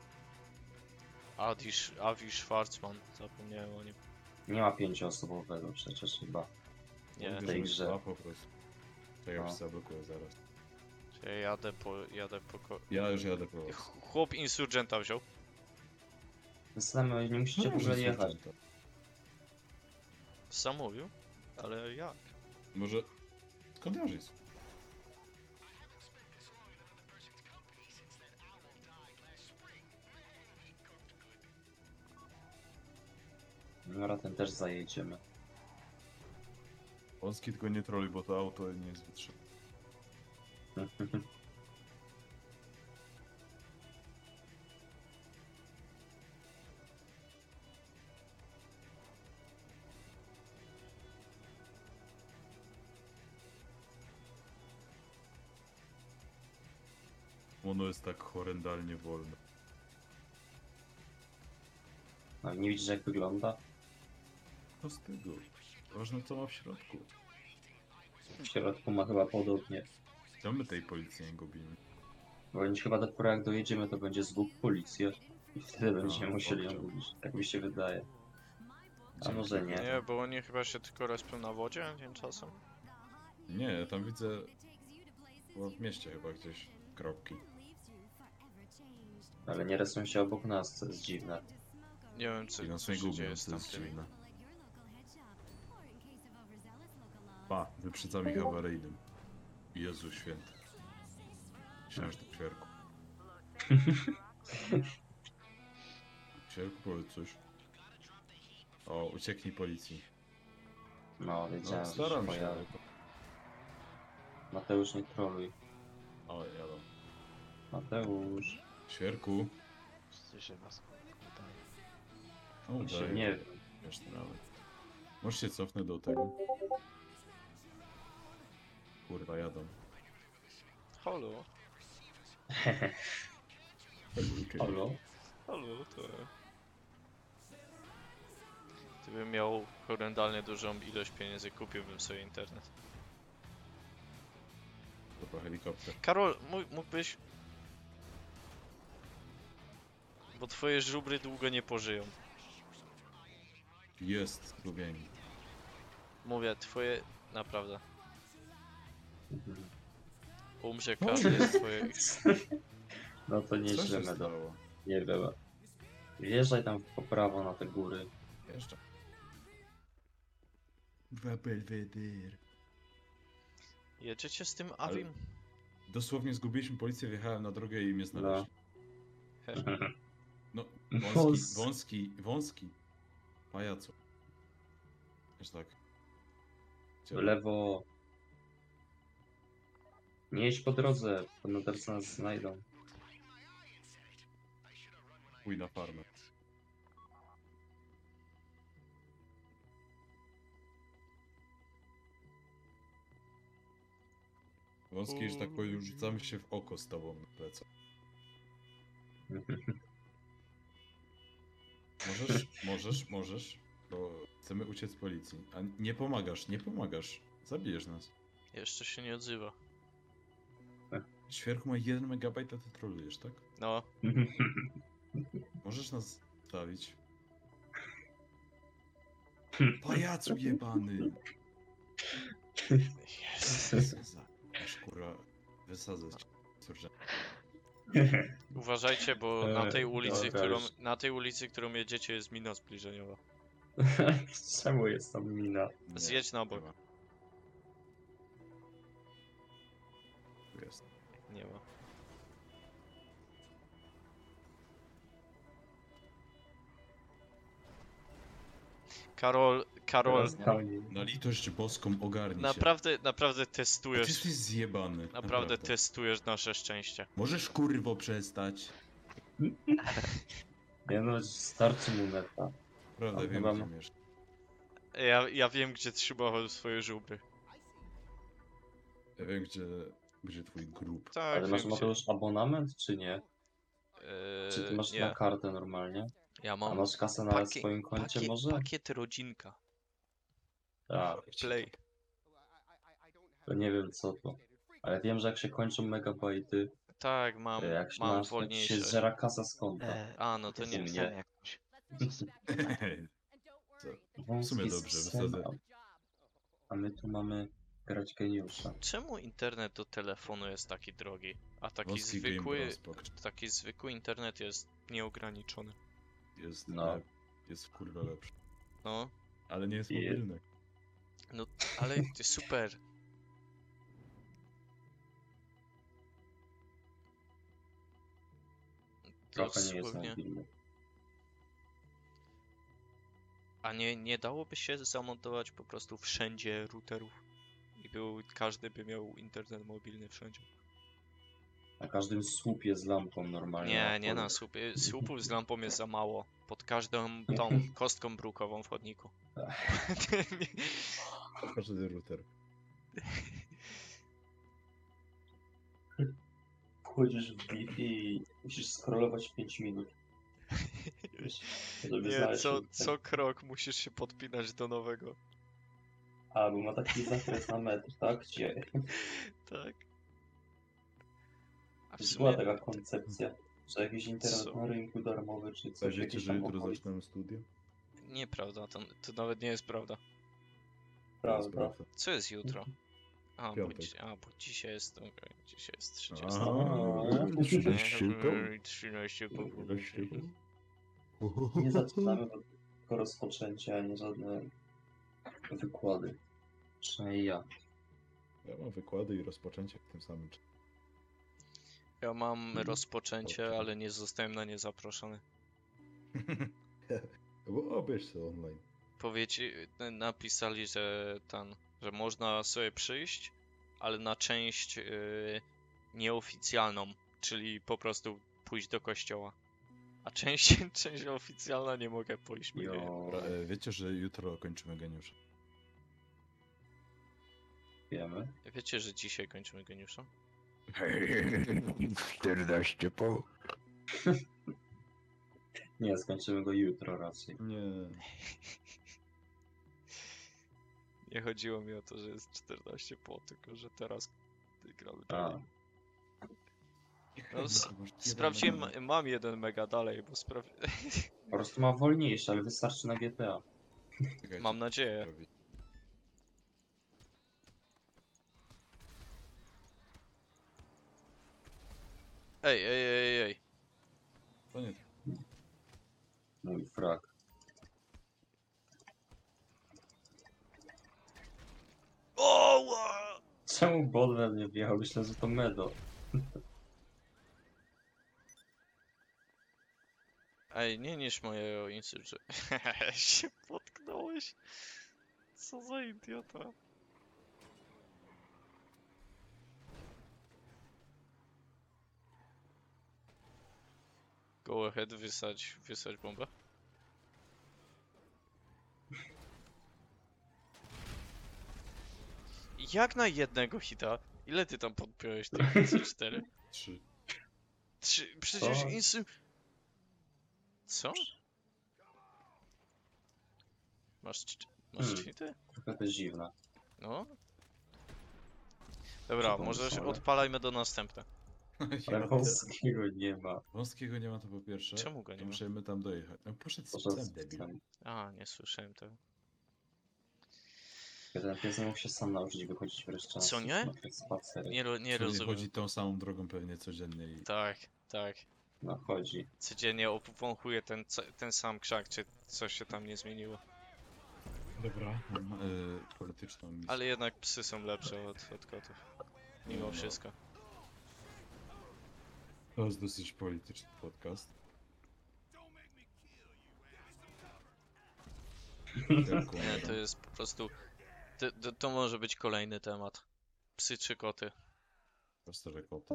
Adi, Sz- Avi Schwarzman, zapomniałem o nim. Nie ma pięcioosobowego przecież chyba. Nie, tej Bierzemy grze. dwa po prostu. To ja No. już zablokuję zaraz. ja jadę po, jadę po... Ko Ja już jadę po was. Ch- Chłop insurgenta wziął. Zastanawiam, nie musicie w No, ogóle że jechać. serczęta. Sam mówił? Ale jak? Może... Skąd Jarzyc? Dobra, ten też zajedziemy. Wąski tylko nie troluj, bo to auto nie jest wytrzymane. Ono jest tak horrendalnie wolne. No nie widzisz jak wygląda? Co z tego? Ważne co ma w środku. W środku ma chyba podobnie. Co my tej policji nie gubimy? Bo już chyba dopiero jak dojedziemy, to będzie zwuk policja. I wtedy będziemy A, musieli ją dobrze. gubić. Tak mi się wydaje. A może nie. Nie, bo oni chyba się tylko respią na wodzie tymczasem. Nie, tam widzę... Chyba w mieście chyba gdzieś kropki. Ale nie resują się obok nas, co jest dziwne. Nie wiem co, I nas co nie się gubią, dzieje z to jest tamtymi. dziwne. Pa, wyprzedzam ich awaryjnym. Jezu święty. Myślałem, że to Ćwierku. Ćwierku, powiedz coś. O, ucieknij policji. No, wiedziałem, No, że staram się się. pojawi. ale to- Mateusz, nie troluj. O, jadą. Mateusz. Ćwierku. Słyszę was. Tutaj. O, On się daję. nie... Wiesz, nawet. Może się cofnę do tego. Kurwa, jadą. Halo, Halo? halo, to... Gdybym miał horrendalnie dużą ilość pieniędzy, kupiłbym sobie internet. Kurwa, helikopter. Karol, mó- mógłbyś... Bo twoje żubry długo nie pożyją. Jest, zgubieni. Mówię, twoje... Naprawdę. Mhm. Umrze O, każdy z jest. twoich... No to Co nieźle, się Medo. stało? Nie wiem. Wjeżdżaj tam po prawo na te góry. Jeszcze. Dwa Belweder. Jedziecie z tym Ale- Avim? Dosłownie zgubiliśmy policję, wjechałem na drogę i mnie znaleźli. No, wąski, Wąs- wąski, wąski. Pajacu. Aż tak. W lewo. Nie jedź po drodze, bo na teraz nas znajdą. Pój na farmę. Wąski, że tak powiem, rzucamy się w oko z tobą na plecach. Możesz, możesz, możesz, bo chcemy uciec z policji. A nie pomagasz, nie pomagasz. Zabijesz nas. Jeszcze się nie odzywa. Ćwierku ma jeden megabajt, a ty trolujesz, tak? No, Możesz nas stawić. Pajacu jebany! Za- Aż kurwa, wysadzę cię. Córcze. uważajcie, bo na E, tej ulicy, dobra, którą, już. na tej ulicy, którą jedziecie, jest mina zbliżeniowa. Czemu jest tam mina? Nie, Zjedź na bok. nie ma. Tu jest. Nie ma. Karol, Karol, Teraz koni. Na litość boską ogarnij się. naprawdę, naprawdę A ty testujesz, jesteś zjebany. naprawdę testujesz nasze szczęście. Możesz kurwo przestać. Nie no, starczy mu neta. Prawda, A wiem chyba gdzie ma- mieszka. Ja, ja wiem, gdzie trzyma swoje żubry. Ja wiem gdzie, gdzie twój grób. Tak, Ale masz wiem, gdzie... Mateusz abonament, czy nie? Eee, Czy ty masz nie, na kartę normalnie? ja A mam masz kasę na pakie- swoim koncie pakie, może? pakiet rodzinka. A, Play. to nie wiem co to. Ale wiem, że jak się kończą megabajty, Tak, mam, jak się mam masz, jak się wolniejsze. zżera kasa z konta. E, A, no to jest nie. nie. sen jakoś. W sumie Wąski dobrze, sen, wysadzę. a- A my tu mamy grać geniusza. Czemu internet do telefonu jest taki drogi, a taki Wąski zwykły, Game Transport taki zwykły internet jest nieograniczony? jest, No. lep, jest kurwa lepszy. No, Ale nie jest Je- mobilny. no, ale ty super. Trochę nie jest Dosłownie. mobilny. A nie, nie dałoby się zamontować po prostu wszędzie routerów i był, każdy by miał internet mobilny wszędzie. Na każdym słupie z lampą normalnie. Nie, nie na polu. słupie. Słupów z lampą jest za mało. Pod każdą tą kostką brukową w chodniku. Każdy router. wchodzisz w Wi-Fi i musisz scrollować pięć minut, wiesz, żeby Nie, znaleźć co, ten- co krok musisz się podpinać do nowego. A, bo ma taki zakres na metr, tak? Gdzie Tak. A w już była sumie taka koncepcja, że jakiś internet Co? na rynku darmowy czy A coś, wiecie, jakieś że tam jutro okolice. zacznę studia? nieprawda, to, to nawet nie jest prawda. To jest Prawda. prawda. Co jest jutro? A, bo, Piątek. dzi- a, bo dzisiaj jest, okej, dzisiaj jest A, trzydziesty. trzynaście po. trzynaście po trzynaście północy. po. Nie zaczynamy od tylko rozpoczęcia, ani żadne wykłady. Przynajmniej ja. Ja mam wykłady i rozpoczęcie w tym samym czasie. Ja mam Mhm. rozpoczęcie, Okej. ale nie zostałem na nie zaproszony. Bo obierz się online. Powiecie, napisali, że ten, że można sobie przyjść, ale na część yy, nieoficjalną, czyli po prostu pójść do kościoła. A część, część oficjalna nie mogę pójść. bo nie- Jo, Dobra, e, wiecie, że jutro kończymy geniusza. wiemy. Wiecie, że dzisiaj kończymy geniusza? czternaście po. Nie, skończymy go jutro raczej. Nie. Nie chodziło mi o to, że jest czternaście po, tylko że teraz gramy A, dalej. No, s- Sprawdziłem, mam jeden mega dalej, bo spraw... po prostu ma wolniejsze, ale wystarczy na G T A. mam nadzieję. Ej, ej, ej, ej. To nie. Mój frak. O! ła! Czemu Bolwer nie wjechał? Myślę, że to Medo. Ej, nie niż mojego insurge. się potknąłeś. Co za idiota. Go ahead, wysadź, wysadź bombę. Jak na jednego hita? Ile ty tam podpiąłeś tych C cztery? Trzy. Trzy, przecież Co? insy... Co? Masz, cz- masz Hmm. cheaty? Trochę to dziwne. No. Dobra, Co może pomysłowe? odpalajmy do następne. Ale Wąskiego nie ma. Wąskiego nie ma to po pierwsze. Czemu go nie to ma? musimy tam dojechać. No poszedł z Poszedł psem, z debil. psem. A, nie słyszałem tego. Ten pies mógł się sam nauczyć wychodzić wreszcie na Co, s- nie? na te spacery. Nie, ro, nie Czyli rozumiem. chodzi tą samą drogą pewnie codziennie i... Tak, tak. No chodzi. Codziennie obwąchuje ten, ca- ten sam krzak, czy coś się tam nie zmieniło. Dobra. Mam y, polityczną misję. Ale jednak psy są lepsze od, od kotów. Mimo No. wszystko. To jest dosyć polityczny podcast. Nie, to jest po prostu... To, to, to może być kolejny temat. Psy czy koty. Prosto, że koty.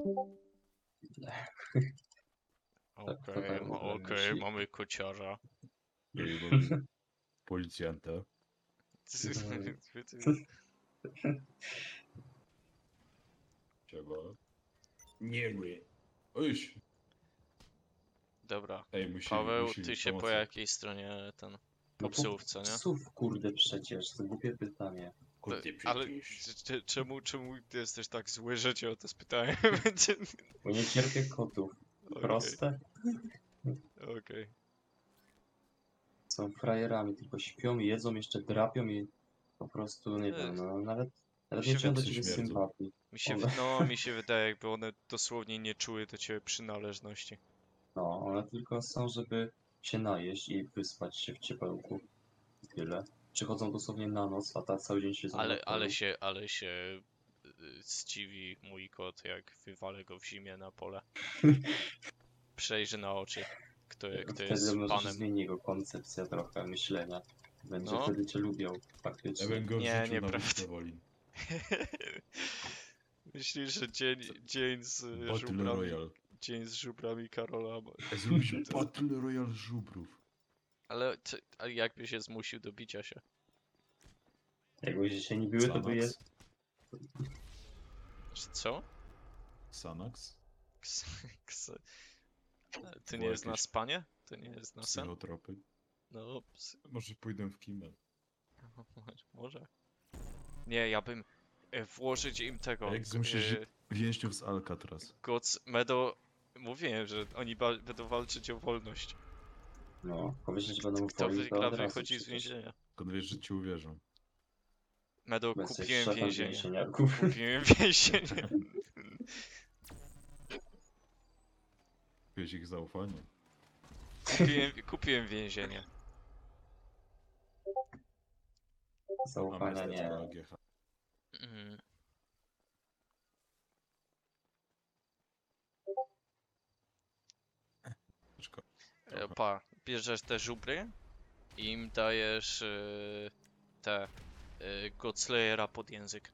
Okej, kto tak w ma- ogóle okej, myśli? mamy kociarza. No i mamy policjanta. Trzeba. Nie my. Ojś. Dobra. Ej, musi, Paweł, musi ty się po pomocy. jakiej stronie ten... No Po po psówce, nie? Psów, kurde, przecież. To głupie pytanie. Kurde, Ale przecież. c- c- czemu, czemu ty jesteś tak zły, że cię o to spytałem? Będzie- Bo nie cierpię kotów. Okej, Proste. okej. Są frajerami, tylko śpią i jedzą, jeszcze drapią i po prostu, nie Ech. wiem, no nawet, nawet Mi nie się czują do psy ciebie śmierdzą. sympatii. Mi się, One- w- no, mi się wydaje, jakby one dosłownie nie czuły do ciebie przynależności. No, one tylko są, żeby się najeść i wyspać się w ciepełku. Tyle. Przychodzą dosłownie na noc, a tak cały dzień siedzą na Ale, ale polu. się, ale się y, zdziwi mój kot, jak wywalę go w zimie na pole. Przejrzy na oczy, kto, kto jest Wtedy może się panem. zmieni jego koncepcja trochę myślenia. Będzie No. wtedy cię lubią, Ja faktycznie. bym go Nie, wrzucił na nieprawda. wyspę Wolin. Myślisz, że dzień, dzień z y, Battle żubrami, Royale. dzień z żubrami Karola, bo- Zrobić Battle Royale żubrów. ale co- a jakby się zmusił do bicia się? Jakby się nie były, to by je... Xanax? Czy co? Xanax? Ks, ks. To nie jest na jakieś spanie? To nie jest na sen? Psychotropy. No, ps- Może pójdę w kimel. może. Nie, ja bym e, włożyć im tego. A jak g- zmusisz e, więźniów z Alcatraz? Gods Medo. Mówiłem, że oni ba- będą walczyć o wolność. No, powiedzieć, że będą Kto woli, to wygra, od razu wychodzi z przecież. więzienia. Skąd wiesz, że ci uwierzą? Medo, Bo jesteś kupiłem szefem więzienie. więzieniarków. Kupiłem więzienie. Kupiłeś ich zaufanie. Kupiłem, kupiłem więzienie. Mam Zaufania miasteczko nie. A G H. Mm. Miasteczko. E, Pa, bierzesz te żubry i im dajesz e, te e, Godslayera pod język.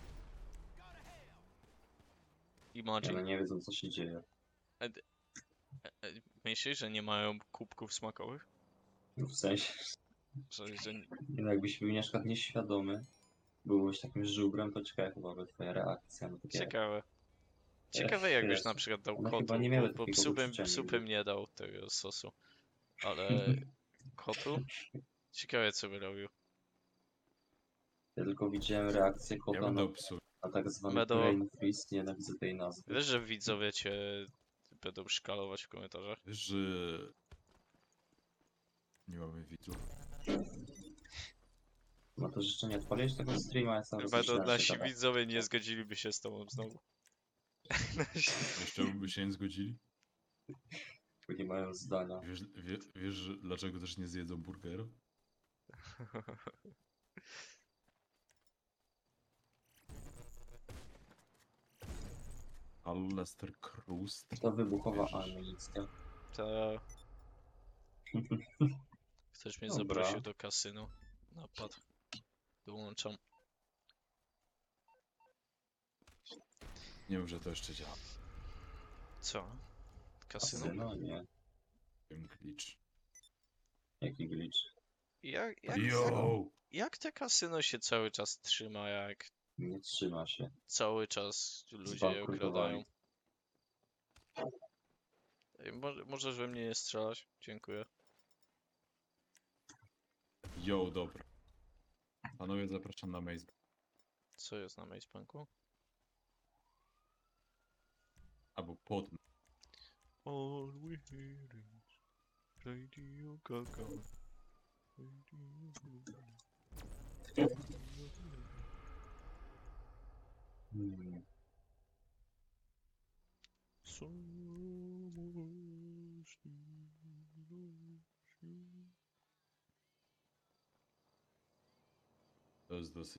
Nie, Imagine. no nie wiedzą, co się dzieje. E, e, Myślisz, że nie mają kubków smakowych? No, w sensie, Że, że... no jakbyś był na przykład nieświadomy, byłeś takim żubrem, to ciekawe chyba by twoja reakcja na takie... Ciekawe. Ciekawe jakbyś wiesz, na przykład dał one chyba kotu, nie bo, miały bo takiego psu bym, uczucia psu nigdy. bym nie dał tego sosu. Ale kotu? Ciekawe co by robił. Ja tylko widziałem reakcję Ja kota bym na, dał psu. na tak zwany Medo- brain freeze, nienawidzę tej nazwy. Wiesz, że widzowie cię będą szkalować w komentarzach? Wiesz, że... Nie mamy widzów. No to jeszcze nie odpaliłeś tego streama, ja sam Chyba to rozmyślałem się nasi gadać. widzowie nie zgodziliby się z tobą znowu. Jeszcze by się nie zgodzili? Bo nie mają zdania. Wiesz, wie, wiesz że- dlaczego też nie zjedzą burgerów? Lester Crust. To wybuchowa Wierzysz? amunicja. To... Chcesz mnie Dobra. zaprosić do kasynu? Napad. Dołączam. Nie wiem, że to jeszcze działa. Co? Kasyno? Kasyno? Nie. Ten glitch. Jaki glitch? Jak, jak, Yo! jak te kasyno się cały czas trzyma, jak Nie trzyma się. cały czas ludzie je Zbankrutowali. okradają? Ej, może, możesz we mnie nie strzelać? Dziękuję. Yo, dobra. Panowie, zapraszam na Maze. Co jest na Macebanku? Albo pod. All we hear is Radio Gaga. Radio Gaga. Hmm. To jest dosyć.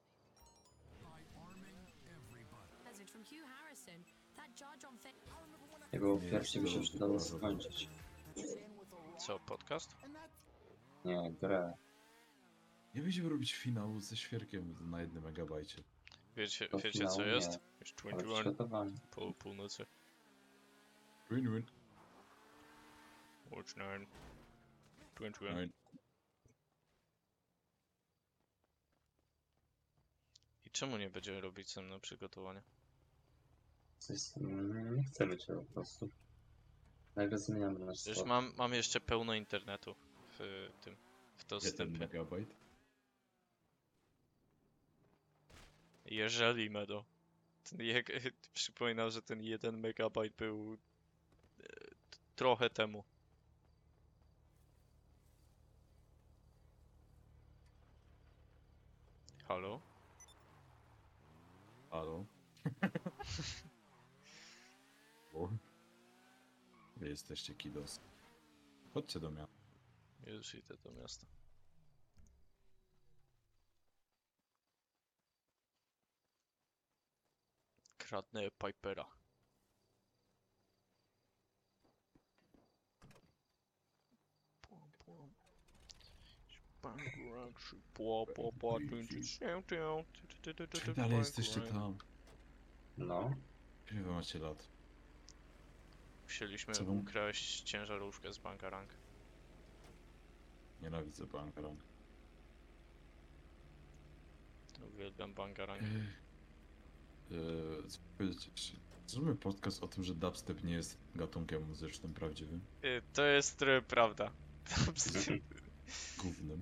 Message from Hugh Harrison. That judge on Fa- Jego Nie pierwszy by jest się to przydało bardzo skończyć. Co, podcast? Nie, grę. Nie będziemy robić finału ze świerkiem na jednym megabajcie. Wiecie, Do wiecie finału co nie, jest? Już Ale dwadzieścia jeden przygotowanie. po północy. Win win. Watch nine. dwadzieścia jeden. Nine. I czemu nie będziemy robić ze mną przygotowania? Coś, mm, nie chcemy cię po prostu. Nagle zmieniamy nasz Przecież skład. mam, mam jeszcze pełno internetu w tym, w Jeden dostępie. megabajt. Jeżeli Medo. Ten jak, przypominam, że ten jeden megabajt był e, t- trochę temu. Halo? Halo? O. Wy jesteście kidos. Chodźcie do mnie. Już idę do miasta. Kradnę Pipera. Płam, płam. Bank rank, pła, pła, pła, tyn, tyn, tyn, tyn, tyn, tyn, tyn, Czy tyn, dalej bank jesteście rank. tam? No, Ile wy macie lat? Musieliśmy Co wam- ukraść ciężarówkę z banka rank. Nienawidzę bankarang. Uwielbiam banka rank. Ech, Eee, co powiedzieć? Zróbmy podcast o tym, że dubstep nie jest gatunkiem muzycznym prawdziwym. Y, To jest trochę prawda. Gównem.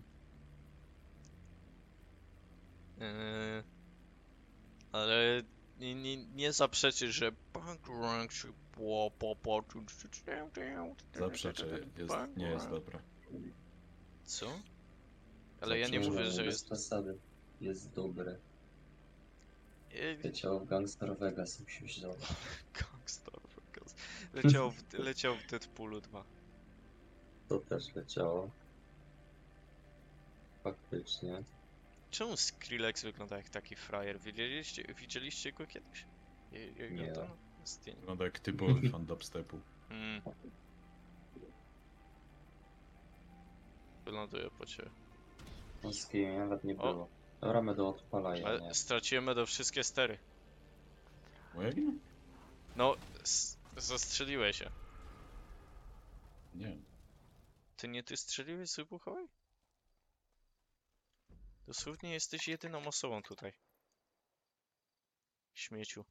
Yy, ale nie, nie, nie zaprzeczysz, że punk rock się po, po, po, tu, tu, tu, tu, tu, Zaprzeczę, jest, punk nie jest rock. dobra. Co? Ale ja nie Zaprzeczę. mówię, że Bez jest... przesady. Jest dobre. Yy, Leciało w Gangster Vegas, musi się zabrać. Gangster Vegas. Leciał w, leciał w Deadpoolu dwa. To też leciało. Faktycznie. Czemu Skrillex wygląda jak taki frajer? Widzieliście, widzieliście go kiedyś? Je, je, Nie. to zdjęcie. Wygląda jak typowy fan dubstepu. Mm. Wyląduję po ciebie. Polskiej nawet nie O. było. Dobra, my do odpalania, nie? Ale straciłem do wszystkie stery. Moja wina? No, s- zastrzeliłeś się. Nie. Ty nie ty strzeliłeś z wybuchowej? Dosłownie jesteś jedyną osobą tutaj. Śmieciu.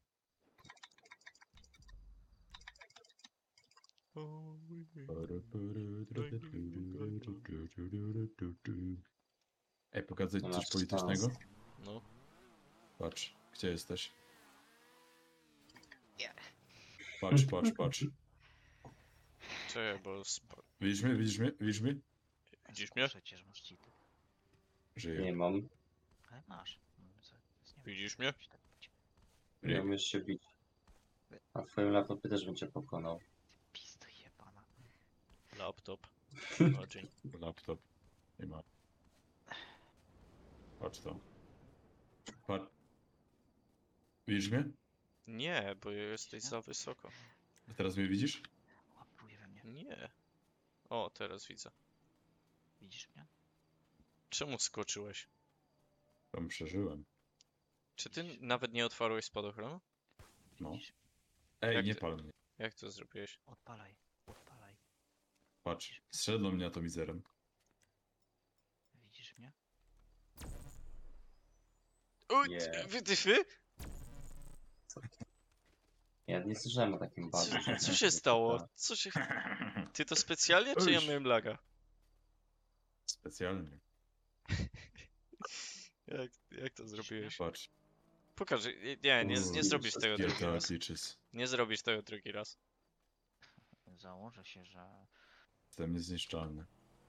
Ej, pokazać Nie coś masz politycznego? szans. No. Patrz, gdzie jesteś? Nie. Patrz, patrz, patrz. Czekaj, bo spa... Widzisz mnie, widzisz mnie, widzisz mnie? Widzisz mnie? Przecież masz cheaty. Żyję. Nie mam. Ale masz. No, co- to jest nie Widzisz wiem, mnie? czy tak będzie. Nie umiesz się bić. A w twoim laptopie też bym cię pokonał. Pizdo jebana. Laptop. O, dzień. Laptop. Nie ma. Patrz to. Patrz. Widzisz mnie? Nie, bo jesteś za wysoko. A teraz mnie widzisz? Łapuje we mnie. Nie. O, teraz widzę. Widzisz mnie? Czemu skoczyłeś? Tam przeżyłem. Czy ty nawet nie otwarłeś spadochronu? No. Widzisz? Ej, Jak nie ty- pal mnie. Jak to zrobiłeś? Odpalaj. Odpalaj. Patrz. Strzel do mnie atomizerem. Widzisz mnie? O, Nie. ty- wy, ty, wy? Ja nie słyszałem o takim bagu. Co, że- co się stało? Co się... Ty to specjalnie, czy ja Uś. miałem laga? Specjalnie. Jak, jak to zrobiłeś? Patrz. Pokaż, nie, nie, nie, nie zrobisz tego drugi G T A raz. glitches. Nie zrobisz tego drugi raz. Założę się, że... Jestem niezniszczalny.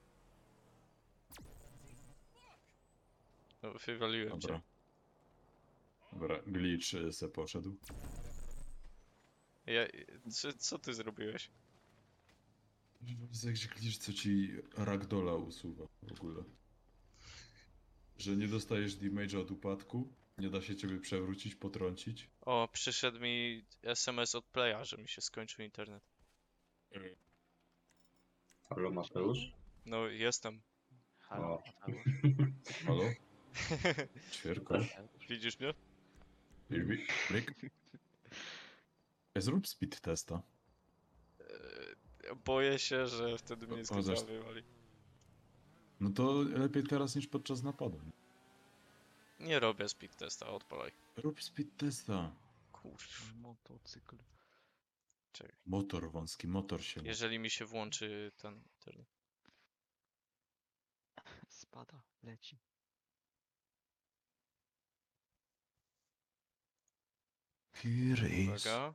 No, wywaliłem Dobra. cię. Dobra, glitch y, se poszedł. Ja, co, co ty zrobiłeś? Jest jakiś glitch, co ci ragdola usuwa w ogóle. Że nie dostajesz damage'a od upadku, nie da się ciebie przewrócić, potrącić. O, przyszedł mi S M S od Playa, że mi się skończył internet. Halo Mateusz? No, jestem. Halo, O. Mateusz. Halo? Ćwierko. Widzisz mnie? Blik. Blik. Ej, zrób speed testa. Eee, Boję się, że wtedy mnie z O, G T A zresztą- wywali. No to lepiej teraz niż podczas napadu. Nie robię speed testa, odpalaj. Rób speed testa. Kurw. Motocykl. Czekaj. Motor wąski, motor się... Jeżeli mi się włączy ten internet. Spada, leci. Uwaga.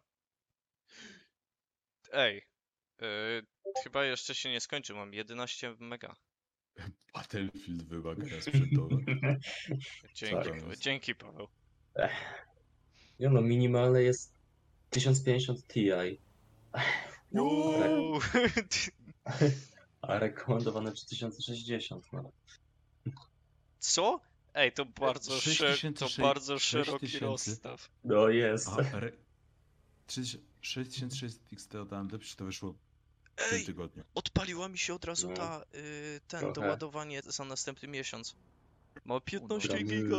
Ej. Yy, chyba jeszcze się nie skończy, mam jedenaście mega. Battlefield wymagania sprzętowe. Dzięki, Tak. Pa- dzięki Paweł. Nie no, minimalne jest tysiąc pięćdziesiąt Ti, Uuu. a rekomendowane trzy tysiące sześćdziesiąt, no. Co? Ej, to bardzo, sześć szer- tysięcy to sze- bardzo sześć szeroki tysięcy. rozstaw. No jest. A, re... sześć tysięcy sześćset X T od A M D, przecież to wyszło w tym Ej, tygodniu. odpaliła mi się od razu No. ta, y, ten Trochę. doładowanie za następny miesiąc. Ma piętnaście Gramy. giga.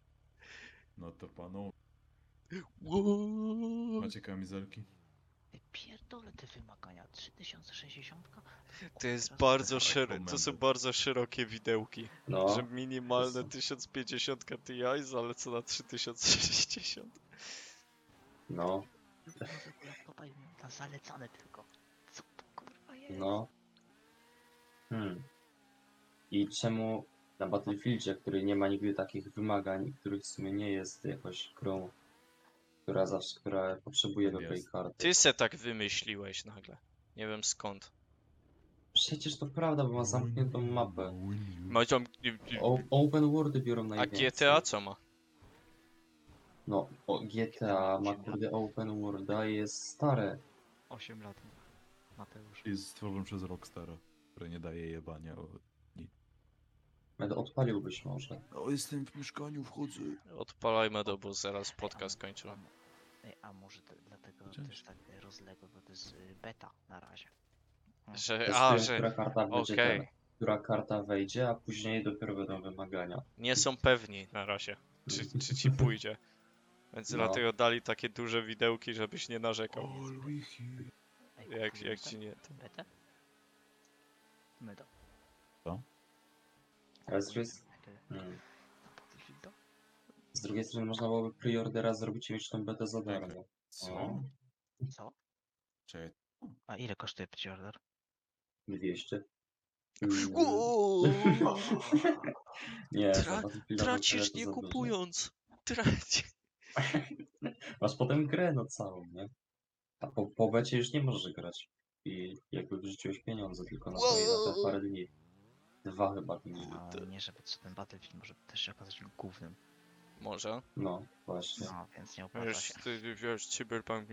No to panu, Wow. macie kamizelki? pierdolę te wymagania. trzy tysiące sześćdziesiąt? To jest bardzo szero... To są bardzo szerokie widełki. No, Że minimalne są- tysiąc pięćdziesiąt Ti zalecą na trzy tysiące sześćdziesiąt. no, Nowego laptopa i na zalecane tylko. Co to kurwa jest? no. Hmm. I czemu na Battlefieldzie, który nie ma nigdy takich wymagań, który w sumie nie jest jakoś grą, która zawsze, która potrzebuje dobrej Jest. karty. Ty se tak wymyśliłeś nagle. Nie wiem skąd. Przecież to prawda, bo ma zamkniętą mapę. Ma tam... O, open worldy biorą A najwięcej. G T A co ma? No, o, G T A ma kurde open worlda i jest stare. osiem lat. Mateusz. Jest stworzony przez Rockstara, które nie daje jebania o... Nawet odpaliłbyś może. O, jestem w mieszkaniu, wchodzę. Odpalajmy do, bo zaraz podcast kończę. Ej, a może to, dlatego Gdzieś. też tak rozległo, bo to jest y, beta na razie. Że... A, Testują, że... która karta będzie Okej. ten, która karta wejdzie, a później dopiero będą wymagania. Nie są pewni na razie, czy, czy ci pójdzie. Więc No. dlatego dali takie duże widełki, żebyś nie narzekał. All we hear. Ej, Jak, kupujemy jak tę ci nie... Betę? My to. Ale z drugiej, s- hmm. z drugiej strony można byłoby preordera zrobić i mieć tą betę za darmo. Co? Co? Czekaj. A ile kosztuje preorder? dwieście. Mm. Uuu, Nie, Tra- za Battlefielda to tracisz tyle to nie za dużo. kupując. Tracisz. Masz potem grę no całą, nie? A po, po becie już nie możesz grać. I jakby wrzuciłeś pieniądze tylko na to i na te parę dni. Dwa chyba dni. A nie, żeby co ten Battlefield może też się okazać głównym. Może. No, właśnie. No, więc nie opłaca Wiesz, się. ty, wiesz, Cyberpunk